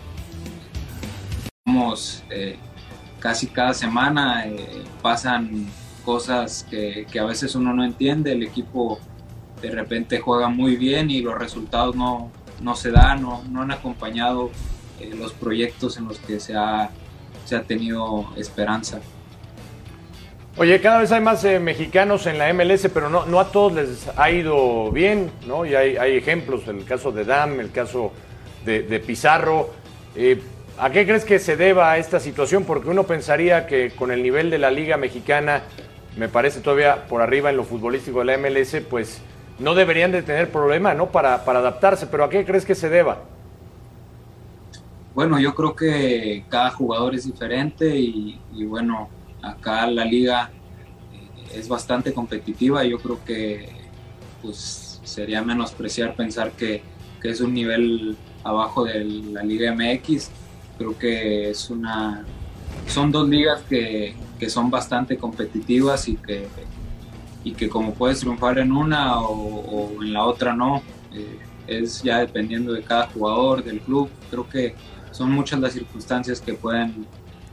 [SPEAKER 9] Casi cada semana pasan cosas que a veces uno no entiende. El equipo de repente juega muy bien y los resultados no se dan, no han acompañado los proyectos en los que se ha tenido esperanza.
[SPEAKER 2] Oye, cada vez hay más mexicanos en la MLS, pero no a todos les ha ido bien, ¿no? Y hay ejemplos, el caso de Dam, el caso de Pizarro. ¿A qué crees que se deba esta situación? Porque uno pensaría que con el nivel de la Liga Mexicana, me parece todavía por arriba en lo futbolístico de la MLS, pues no deberían de tener problema, ¿no?, para adaptarse. ¿Pero a qué crees que se deba?
[SPEAKER 9] Bueno, yo creo que cada jugador es diferente y bueno, acá la liga es bastante competitiva y yo creo que pues sería menospreciar pensar que es un nivel abajo de la Liga MX. Creo que son dos ligas que son bastante competitivas y que como puedes triunfar en una o en la otra no, es ya dependiendo de cada jugador, del club. Creo que son muchas las circunstancias que pueden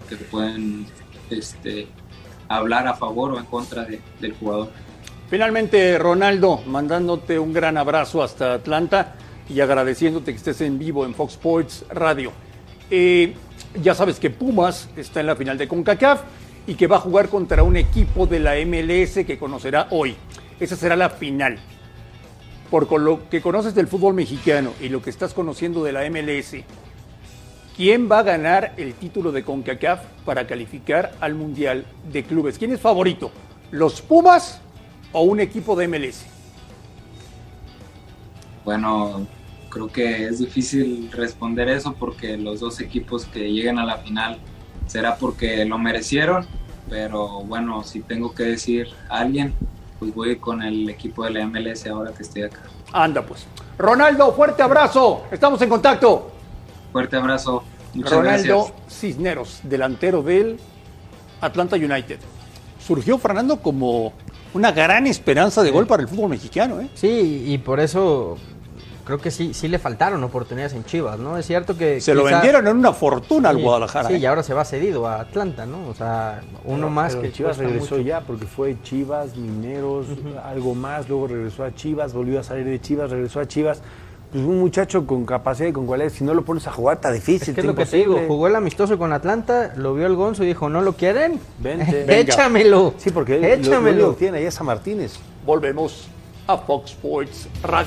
[SPEAKER 9] hablar a favor o en contra del jugador.
[SPEAKER 1] Finalmente, Ronaldo, mandándote un gran abrazo hasta Atlanta y agradeciéndote que estés en vivo en Fox Sports Radio. Ya sabes que Pumas está en la final de CONCACAF y que va a jugar contra un equipo de la MLS que conocerá hoy. Esa será la final. Por lo que conoces del fútbol mexicano y lo que estás conociendo de la MLS, ¿quién va a ganar el título de CONCACAF para calificar al Mundial de Clubes? ¿Quién es favorito? ¿Los Pumas o un equipo de MLS?
[SPEAKER 9] Bueno, creo que es difícil responder eso porque los dos equipos que lleguen a la final será porque lo merecieron, pero bueno, si tengo que decir a alguien, pues voy con el equipo de la MLS ahora que estoy acá.
[SPEAKER 1] Anda pues. Ronaldo, fuerte abrazo, estamos en contacto.
[SPEAKER 9] Fuerte abrazo, muchas
[SPEAKER 1] Ronaldo
[SPEAKER 9] gracias.
[SPEAKER 1] Cisneros, delantero del Atlanta United. Surgió Fernando como una gran esperanza de gol para el fútbol mexicano, ¿eh?
[SPEAKER 3] Sí, y por eso creo que sí le faltaron oportunidades en Chivas, ¿no? Es cierto que
[SPEAKER 1] se lo vendieron en una fortuna al Guadalajara.
[SPEAKER 3] Sí, y ahora se va cedido a Atlanta, ¿no? O sea, uno más que
[SPEAKER 4] Chivas regresó mucho. Ya, porque fue Chivas, Mineros, algo más, luego regresó a Chivas, volvió a salir de Chivas, regresó a Chivas. Pues un muchacho con capacidad y con cualidades, si no lo pones a jugar, está difícil.
[SPEAKER 3] Es que es lo que te digo, jugó el amistoso con Atlanta, lo vio el Gonzo y dijo, ¿no lo quieren?
[SPEAKER 4] Vente.
[SPEAKER 3] Échamelo.
[SPEAKER 4] Sí, porque échamelo. Lo tiene ahí es a Martínez.
[SPEAKER 1] Volvemos a Fox Sports Radio.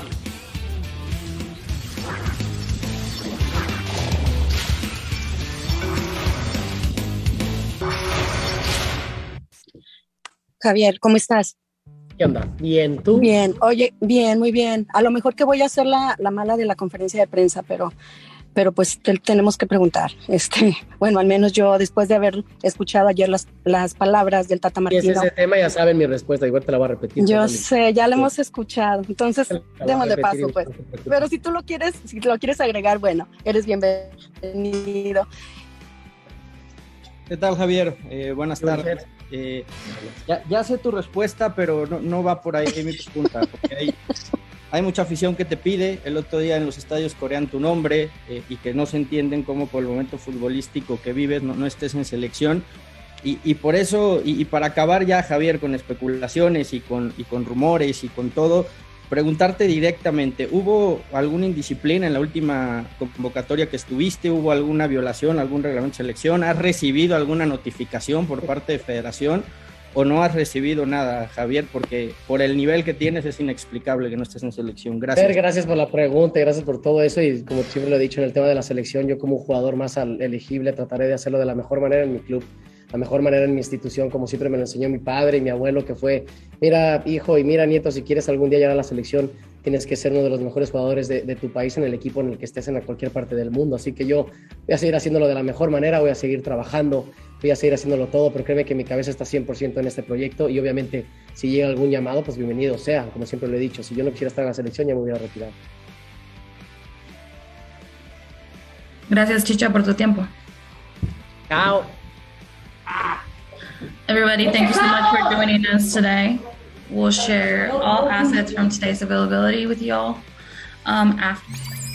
[SPEAKER 10] Javier, ¿cómo estás?
[SPEAKER 11] ¿Qué onda? Bien, ¿tú?
[SPEAKER 10] Bien, oye, bien, muy bien. A lo mejor que voy a ser la mala de la conferencia de prensa, pero pues tenemos que preguntar. Bueno, al menos yo, después de haber escuchado ayer las palabras del Tata Martino.
[SPEAKER 11] Y ese tema ya saben mi respuesta, igual te la voy a repetir.
[SPEAKER 10] Yo sé, ya la hemos escuchado, entonces démosle paso, pues. Pero si lo quieres agregar, bueno, eres bienvenido.
[SPEAKER 3] ¿Qué tal, Javier? Buenas tardes. Ya sé tu respuesta, pero no va por ahí mi pregunta, porque hay mucha afición que te pide. El otro día en los estadios corean tu nombre y que no se entienden cómo por el momento futbolístico que vives no estés en selección. Y por eso, y para acabar ya, Javier, con especulaciones y con rumores y con todo, preguntarte directamente, ¿hubo alguna indisciplina en la última convocatoria que estuviste? ¿Hubo alguna violación, algún reglamento de selección? ¿Has recibido alguna notificación por parte de Federación o no has recibido nada, Javier? Porque por el nivel que tienes es inexplicable que no estés en selección. Gracias.
[SPEAKER 11] Gracias por la pregunta y gracias por todo eso, y como siempre lo he dicho en el tema de la selección, yo como jugador más elegible trataré de hacerlo de la mejor manera en mi club, la mejor manera en mi institución, como siempre me lo enseñó mi padre y mi abuelo, que fue, mira hijo y mira nieto, si quieres algún día llegar a la selección, tienes que ser uno de los mejores jugadores de tu país en el equipo en el que estés en cualquier parte del mundo. Así que yo voy a seguir haciéndolo de la mejor manera, voy a seguir trabajando, voy a seguir haciéndolo todo, pero créeme que mi cabeza está 100% en este proyecto y obviamente si llega algún llamado, pues bienvenido sea, como siempre lo he dicho. Si yo no quisiera estar en la selección ya me hubiera retirado.
[SPEAKER 12] Gracias, Chicha, por tu tiempo.
[SPEAKER 11] Chao.
[SPEAKER 12] Everybody, thank you so much for joining us today. We'll share all assets from today's availability with y'all after.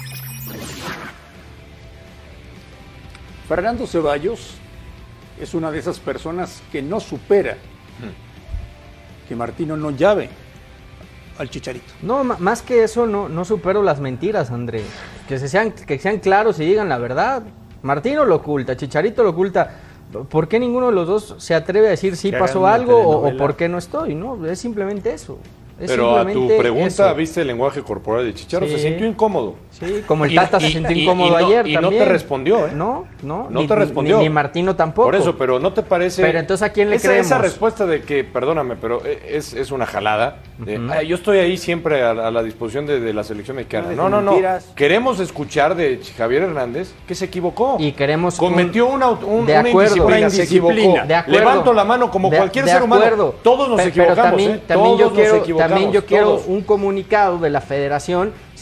[SPEAKER 1] Fernando Ceballos es una de esas personas que no supera que Martino no llave al Chicharito.
[SPEAKER 3] No, más que eso, no supero las mentiras, André. Que sean claros y digan la verdad. Martino lo oculta, Chicharito lo oculta. ¿Por qué ninguno de los dos se atreve a decir si pasó algo o por qué no estoy? No, es simplemente eso.
[SPEAKER 2] Pero a tu pregunta, ¿viste el lenguaje corporal de Chicharo? Sí. Se sintió incómodo.
[SPEAKER 3] Sí, como el Tata se sintió incómodo ayer también.
[SPEAKER 2] Y no te respondió, ¿eh?
[SPEAKER 3] No
[SPEAKER 2] te respondió.
[SPEAKER 3] Ni Martino tampoco.
[SPEAKER 2] Por eso, pero ¿no te parece?
[SPEAKER 3] Pero entonces, ¿a quién le creemos?
[SPEAKER 2] Esa respuesta de que, perdóname, pero es una jalada. Yo estoy ahí siempre a la disposición de la selección mexicana. No. Queremos escuchar de Javier Hernández que se equivocó.
[SPEAKER 3] Y queremos
[SPEAKER 2] cometió una indisciplina, se equivocó. Levanto la mano como cualquier ser humano. Todos nos equivocamos,
[SPEAKER 3] También yo quiero un comunicado de la Federación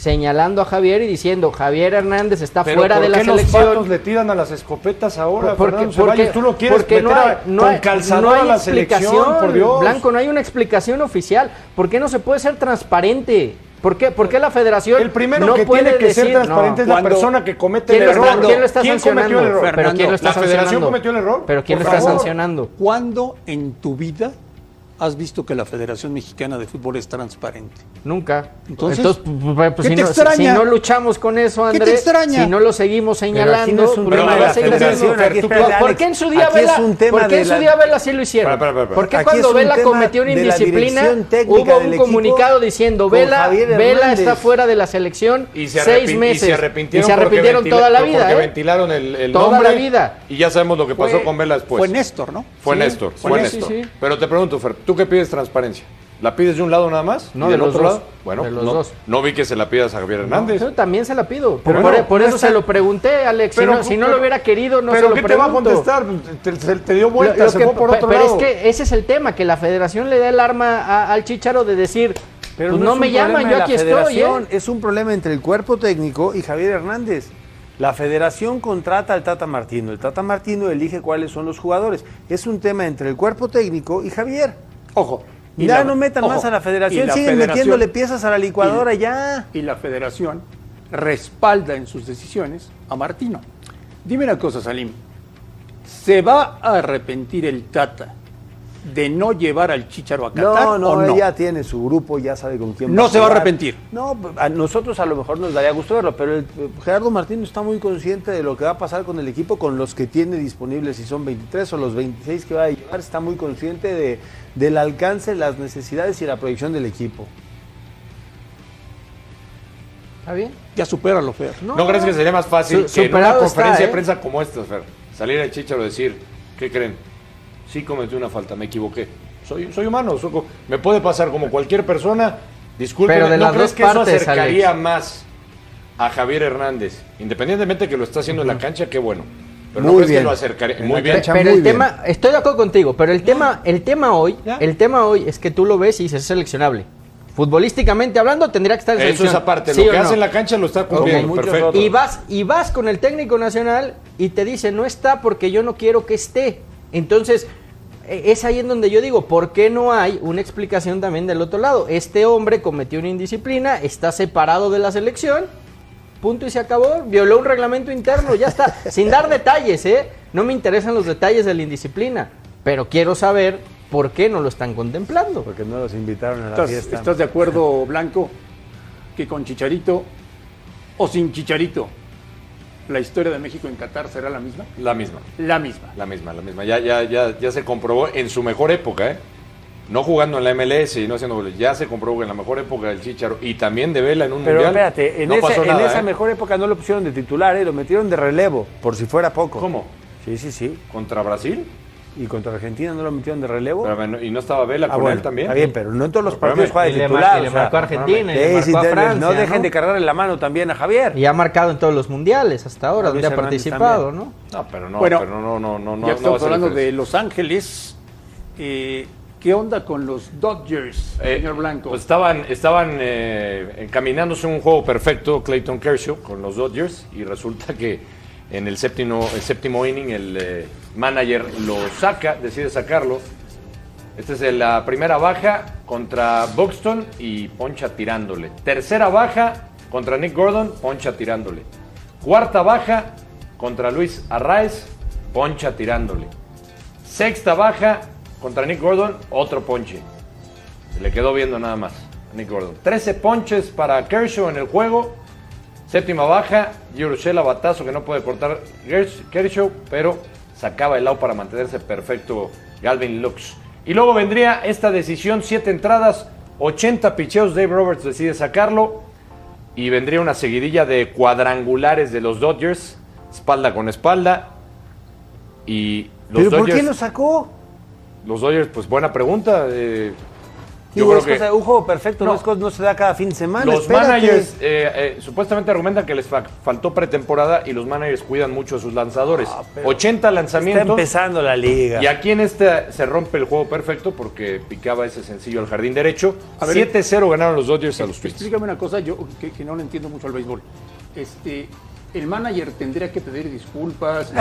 [SPEAKER 3] señalando a Javier y diciendo Javier Hernández está
[SPEAKER 2] Pero
[SPEAKER 3] fuera de la selección.
[SPEAKER 2] ¿por qué los patos le tiran a las escopetas ahora, Fernando Ceballos? Tú lo quieres
[SPEAKER 3] porque
[SPEAKER 2] meter con calzador a la selección, por Dios.
[SPEAKER 3] Blanco, no hay una explicación oficial. ¿Por qué no se puede ser transparente? ¿Por qué la federación
[SPEAKER 2] el primero
[SPEAKER 3] no
[SPEAKER 2] que
[SPEAKER 3] puede
[SPEAKER 2] tiene que
[SPEAKER 3] decir,
[SPEAKER 2] ser transparente es la persona que comete el error?
[SPEAKER 3] ¿Quién lo está sancionando?
[SPEAKER 2] Cometió el error?
[SPEAKER 3] ¿Pero quién lo está
[SPEAKER 2] ¿La federación
[SPEAKER 3] sancionando?
[SPEAKER 2] cometió el error?
[SPEAKER 3] ¿Pero quién
[SPEAKER 2] Por
[SPEAKER 3] lo está
[SPEAKER 2] favor.
[SPEAKER 3] sancionando?
[SPEAKER 1] ¿Cuándo en tu vida has visto que la Federación Mexicana de Fútbol es transparente?
[SPEAKER 3] Nunca.
[SPEAKER 1] Entonces,
[SPEAKER 3] pues,
[SPEAKER 1] ¿qué te extraña?
[SPEAKER 3] Si no luchamos con eso,
[SPEAKER 1] ¿Qué te
[SPEAKER 3] Andrés,
[SPEAKER 1] extraña?
[SPEAKER 3] si no lo seguimos señalando,
[SPEAKER 4] no es un
[SPEAKER 3] pues
[SPEAKER 4] tema
[SPEAKER 3] no
[SPEAKER 4] de
[SPEAKER 3] va
[SPEAKER 4] la
[SPEAKER 3] a seguir
[SPEAKER 4] federación,
[SPEAKER 3] haciendo.
[SPEAKER 4] aquí, espérate,
[SPEAKER 3] ¿Por qué en su día
[SPEAKER 4] aquí es
[SPEAKER 3] Vela,
[SPEAKER 4] un tema
[SPEAKER 3] ¿por qué en
[SPEAKER 4] de
[SPEAKER 3] su
[SPEAKER 4] la-
[SPEAKER 3] día Vela sí lo hicieron?
[SPEAKER 2] Espera.
[SPEAKER 3] ¿Por qué
[SPEAKER 4] Aquí
[SPEAKER 3] cuando
[SPEAKER 4] es un
[SPEAKER 3] Vela
[SPEAKER 4] tema
[SPEAKER 3] cometió una
[SPEAKER 4] de la
[SPEAKER 3] indisciplina
[SPEAKER 4] dirección técnica
[SPEAKER 3] hubo
[SPEAKER 4] del
[SPEAKER 3] un
[SPEAKER 4] equipo
[SPEAKER 3] comunicado diciendo
[SPEAKER 4] con
[SPEAKER 3] Vela
[SPEAKER 4] Javier
[SPEAKER 3] está
[SPEAKER 4] Hernández?
[SPEAKER 3] fuera de la selección
[SPEAKER 2] Y se
[SPEAKER 3] 6 meses?
[SPEAKER 2] Y se arrepintieron,
[SPEAKER 3] toda la vida,
[SPEAKER 2] porque
[SPEAKER 3] ¿eh?
[SPEAKER 2] ventilaron el
[SPEAKER 3] Toda
[SPEAKER 2] nombre.
[SPEAKER 3] la vida.
[SPEAKER 2] Y ya sabemos lo que pasó
[SPEAKER 1] Fue-
[SPEAKER 2] con Vela después.
[SPEAKER 1] Fue Néstor, ¿no?
[SPEAKER 2] Fue
[SPEAKER 3] Sí,
[SPEAKER 2] Néstor.
[SPEAKER 3] sí,
[SPEAKER 2] Fue
[SPEAKER 3] sí,
[SPEAKER 2] Néstor.
[SPEAKER 3] sí.
[SPEAKER 2] Pero te pregunto, Fer, ¿tú qué pides transparencia? ¿La pides de un lado nada más?
[SPEAKER 3] No,
[SPEAKER 2] ¿Y
[SPEAKER 3] de
[SPEAKER 2] del
[SPEAKER 3] los
[SPEAKER 2] otro
[SPEAKER 3] dos.
[SPEAKER 2] lado? Bueno,
[SPEAKER 3] De los
[SPEAKER 2] no,
[SPEAKER 3] dos.
[SPEAKER 2] no vi que se la pidas a Javier Hernández.
[SPEAKER 3] Yo también se la pido.
[SPEAKER 2] Pero
[SPEAKER 3] Por
[SPEAKER 2] no,
[SPEAKER 3] eso
[SPEAKER 2] no
[SPEAKER 3] se
[SPEAKER 2] está-
[SPEAKER 3] lo pregunté, Alex.
[SPEAKER 2] Pero-
[SPEAKER 3] Si no lo hubiera querido, no se
[SPEAKER 2] ¿Pero
[SPEAKER 3] lo
[SPEAKER 2] qué
[SPEAKER 3] pregunto.
[SPEAKER 2] te va a contestar? Te dio vuelta, se fue por otro
[SPEAKER 3] pero
[SPEAKER 2] lado.
[SPEAKER 3] es que ese es el tema, que la federación le da el arma al Chícharo de decir,
[SPEAKER 4] Pero
[SPEAKER 3] pues
[SPEAKER 4] no
[SPEAKER 3] no
[SPEAKER 4] es
[SPEAKER 3] me
[SPEAKER 4] un
[SPEAKER 3] llaman,
[SPEAKER 4] problema
[SPEAKER 3] yo
[SPEAKER 4] de la
[SPEAKER 3] aquí estoy.
[SPEAKER 4] federación, es un problema entre el cuerpo técnico y Javier Hernández. La federación contrata al Tata Martino, el Tata Martino elige cuáles son los jugadores. Es un tema entre el cuerpo técnico y Javier.
[SPEAKER 1] Ojo. y
[SPEAKER 4] Ya
[SPEAKER 1] la-
[SPEAKER 4] no metan
[SPEAKER 1] ojo,
[SPEAKER 4] más a la
[SPEAKER 1] y
[SPEAKER 4] federación,
[SPEAKER 1] la
[SPEAKER 4] siguen
[SPEAKER 1] federación-
[SPEAKER 4] metiéndole piezas a la licuadora ya.
[SPEAKER 1] Y la Federación respalda en sus decisiones a Martino. Dime una cosa, Salim. ¿Se va a arrepentir el Tata de no llevar al Chícharo a Qatar
[SPEAKER 4] No, no,
[SPEAKER 1] o no?
[SPEAKER 4] ella tiene su grupo, ya sabe con quién
[SPEAKER 1] No se va a
[SPEAKER 4] jugar.
[SPEAKER 1] arrepentir.
[SPEAKER 4] No, a nosotros a lo mejor nos daría gusto verlo, pero Gerardo Martino está muy consciente de lo que va a pasar con el equipo, con los que tiene disponibles, si son 23 o los 26 que va a llevar, está muy consciente del alcance, las necesidades y la proyección del equipo.
[SPEAKER 3] ¿Está bien?
[SPEAKER 1] Ya supéralo, Fer.
[SPEAKER 2] ¿No crees que sería más fácil que en una
[SPEAKER 3] superado
[SPEAKER 2] conferencia
[SPEAKER 3] está,
[SPEAKER 2] de prensa como esta, Fer, salir el Chícharo y decir, ¿qué creen? Sí cometí una falta, me equivoqué. Soy humano, me puede pasar como cualquier persona. Discúlpeme,
[SPEAKER 3] Pero de
[SPEAKER 2] ¿no
[SPEAKER 3] las
[SPEAKER 2] crees
[SPEAKER 3] dos
[SPEAKER 2] que eso
[SPEAKER 3] partes,
[SPEAKER 2] acercaría
[SPEAKER 3] Alex?
[SPEAKER 2] más a Javier Hernández? Independientemente que lo está haciendo en la cancha, qué bueno. Pero
[SPEAKER 4] Muy
[SPEAKER 2] ¿no crees
[SPEAKER 4] bien.
[SPEAKER 2] que lo acercaría?
[SPEAKER 4] En
[SPEAKER 2] Muy
[SPEAKER 4] la
[SPEAKER 2] bien.
[SPEAKER 4] cancha.
[SPEAKER 3] Pero
[SPEAKER 4] muy
[SPEAKER 3] el
[SPEAKER 4] bien.
[SPEAKER 3] tema, estoy de acuerdo contigo, pero el tema hoy es que tú lo ves y dices, es seleccionable. Futbolísticamente hablando, tendría que estar en
[SPEAKER 2] Eso
[SPEAKER 3] selección.
[SPEAKER 2] es aparte,
[SPEAKER 3] ¿Sí
[SPEAKER 2] lo
[SPEAKER 3] o
[SPEAKER 2] que
[SPEAKER 3] no?
[SPEAKER 2] hace en la cancha lo está
[SPEAKER 4] Como
[SPEAKER 2] cumpliendo.
[SPEAKER 4] muchos
[SPEAKER 2] Perfecto.
[SPEAKER 4] otros.
[SPEAKER 3] Y vas con el técnico nacional y te dice, no está porque yo no quiero que esté. Entonces, es ahí en donde yo digo, ¿por qué no hay una explicación también del otro lado? Este hombre cometió una indisciplina, está separado de la selección, punto y se acabó, violó un reglamento interno, ya está. Sin dar detalles, no me interesan los detalles de la indisciplina, pero quiero saber por qué no lo están contemplando.
[SPEAKER 4] Porque no los invitaron a la fiesta.
[SPEAKER 1] ¿Estás de acuerdo, Blanco, que con Chicharito o sin Chicharito la historia de México en Qatar será la misma?
[SPEAKER 2] La misma.
[SPEAKER 1] La misma.
[SPEAKER 2] La misma. Ya se comprobó en su mejor época, no jugando en la MLS y no haciendo goles. Ya se comprobó que en la mejor época del Chícharo y también de Vela en un
[SPEAKER 4] Pero
[SPEAKER 2] mundial.
[SPEAKER 4] espérate,
[SPEAKER 2] no pasó
[SPEAKER 4] en
[SPEAKER 2] nada,
[SPEAKER 4] esa mejor época no lo pusieron de titular, lo metieron de relevo, por si fuera poco.
[SPEAKER 2] ¿Cómo?
[SPEAKER 4] Sí.
[SPEAKER 2] ¿Contra Brasil?
[SPEAKER 4] ¿Y contra Argentina no lo metieron de relevo?
[SPEAKER 2] Pero, ¿y no estaba Vela con él también?
[SPEAKER 4] Está bien, pero no en todos los
[SPEAKER 2] Pero
[SPEAKER 4] partidos juega de
[SPEAKER 3] Y le
[SPEAKER 4] titular.
[SPEAKER 3] y le marcó a Argentina, y le
[SPEAKER 4] sí,
[SPEAKER 3] marcó a Francia,
[SPEAKER 4] no dejen de cargarle la mano también a Javier.
[SPEAKER 3] Y ha marcado en todos los mundiales hasta ahora,
[SPEAKER 4] Luis
[SPEAKER 3] donde ha
[SPEAKER 4] Hernández
[SPEAKER 3] participado,
[SPEAKER 4] también.
[SPEAKER 3] ¿no?
[SPEAKER 2] No, pero no,
[SPEAKER 1] Bueno,
[SPEAKER 2] no.
[SPEAKER 1] Ya
[SPEAKER 2] no
[SPEAKER 1] que
[SPEAKER 2] va a
[SPEAKER 1] estamos
[SPEAKER 2] ser
[SPEAKER 1] hablando de
[SPEAKER 2] diferencia.
[SPEAKER 1] Los Ángeles, ¿qué onda con los Dodgers, señor Blanco?
[SPEAKER 2] Pues estaban encaminándose un juego perfecto, Clayton Kershaw, con los Dodgers, y resulta que en el séptimo inning el manager lo decide sacarlo. Esta es la primera baja contra Buxton y poncha tirándole. Tercera baja contra Nick Gordon, poncha tirándole. Cuarta baja contra Luis Arraez, poncha tirándole. Sexta baja contra Nick Gordon, otro ponche. Se le quedó viendo nada más a Nick Gordon. 13 ponches para Kershaw en el juego. Séptima baja, Gio Urshela, batazo que no puede cortar Kershaw, pero sacaba el out para mantenerse perfecto Galvin Lux. Y luego vendría esta decisión, 7 entradas, 80 picheos, Dave Roberts decide sacarlo. Y vendría una seguidilla de cuadrangulares de los Dodgers, espalda con espalda. Y los
[SPEAKER 4] ¿Pero
[SPEAKER 2] Dodgers,
[SPEAKER 4] por qué lo sacó?
[SPEAKER 2] Los Dodgers, pues buena pregunta. Yo creo que
[SPEAKER 4] un juego perfecto no se da cada fin de semana.
[SPEAKER 2] Los managers supuestamente argumentan que les faltó pretemporada y los managers cuidan mucho a sus lanzadores. 80 lanzamientos.
[SPEAKER 4] Está empezando la liga.
[SPEAKER 2] Y aquí en se rompe el juego perfecto porque picaba ese sencillo al jardín derecho. 7-0 ganaron los Dodgers a los Twins.
[SPEAKER 1] Explícame una cosa, yo que no le entiendo mucho al béisbol. El manager tendría que pedir disculpas.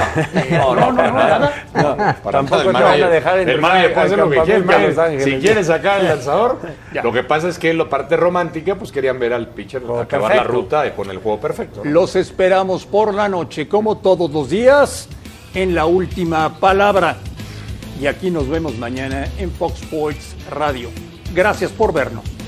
[SPEAKER 4] Tampoco te van a dejar
[SPEAKER 2] el manager puede hacer lo que quiere. Si quiere sacar el lanzador, lo que pasa es que en la parte romántica, pues querían ver al pitcher acabar la ruta y poner el juego perfecto, ¿no?
[SPEAKER 1] Los esperamos por la noche, como todos los días, en La Última Palabra. Y aquí nos vemos mañana en Fox Sports Radio. Gracias por vernos.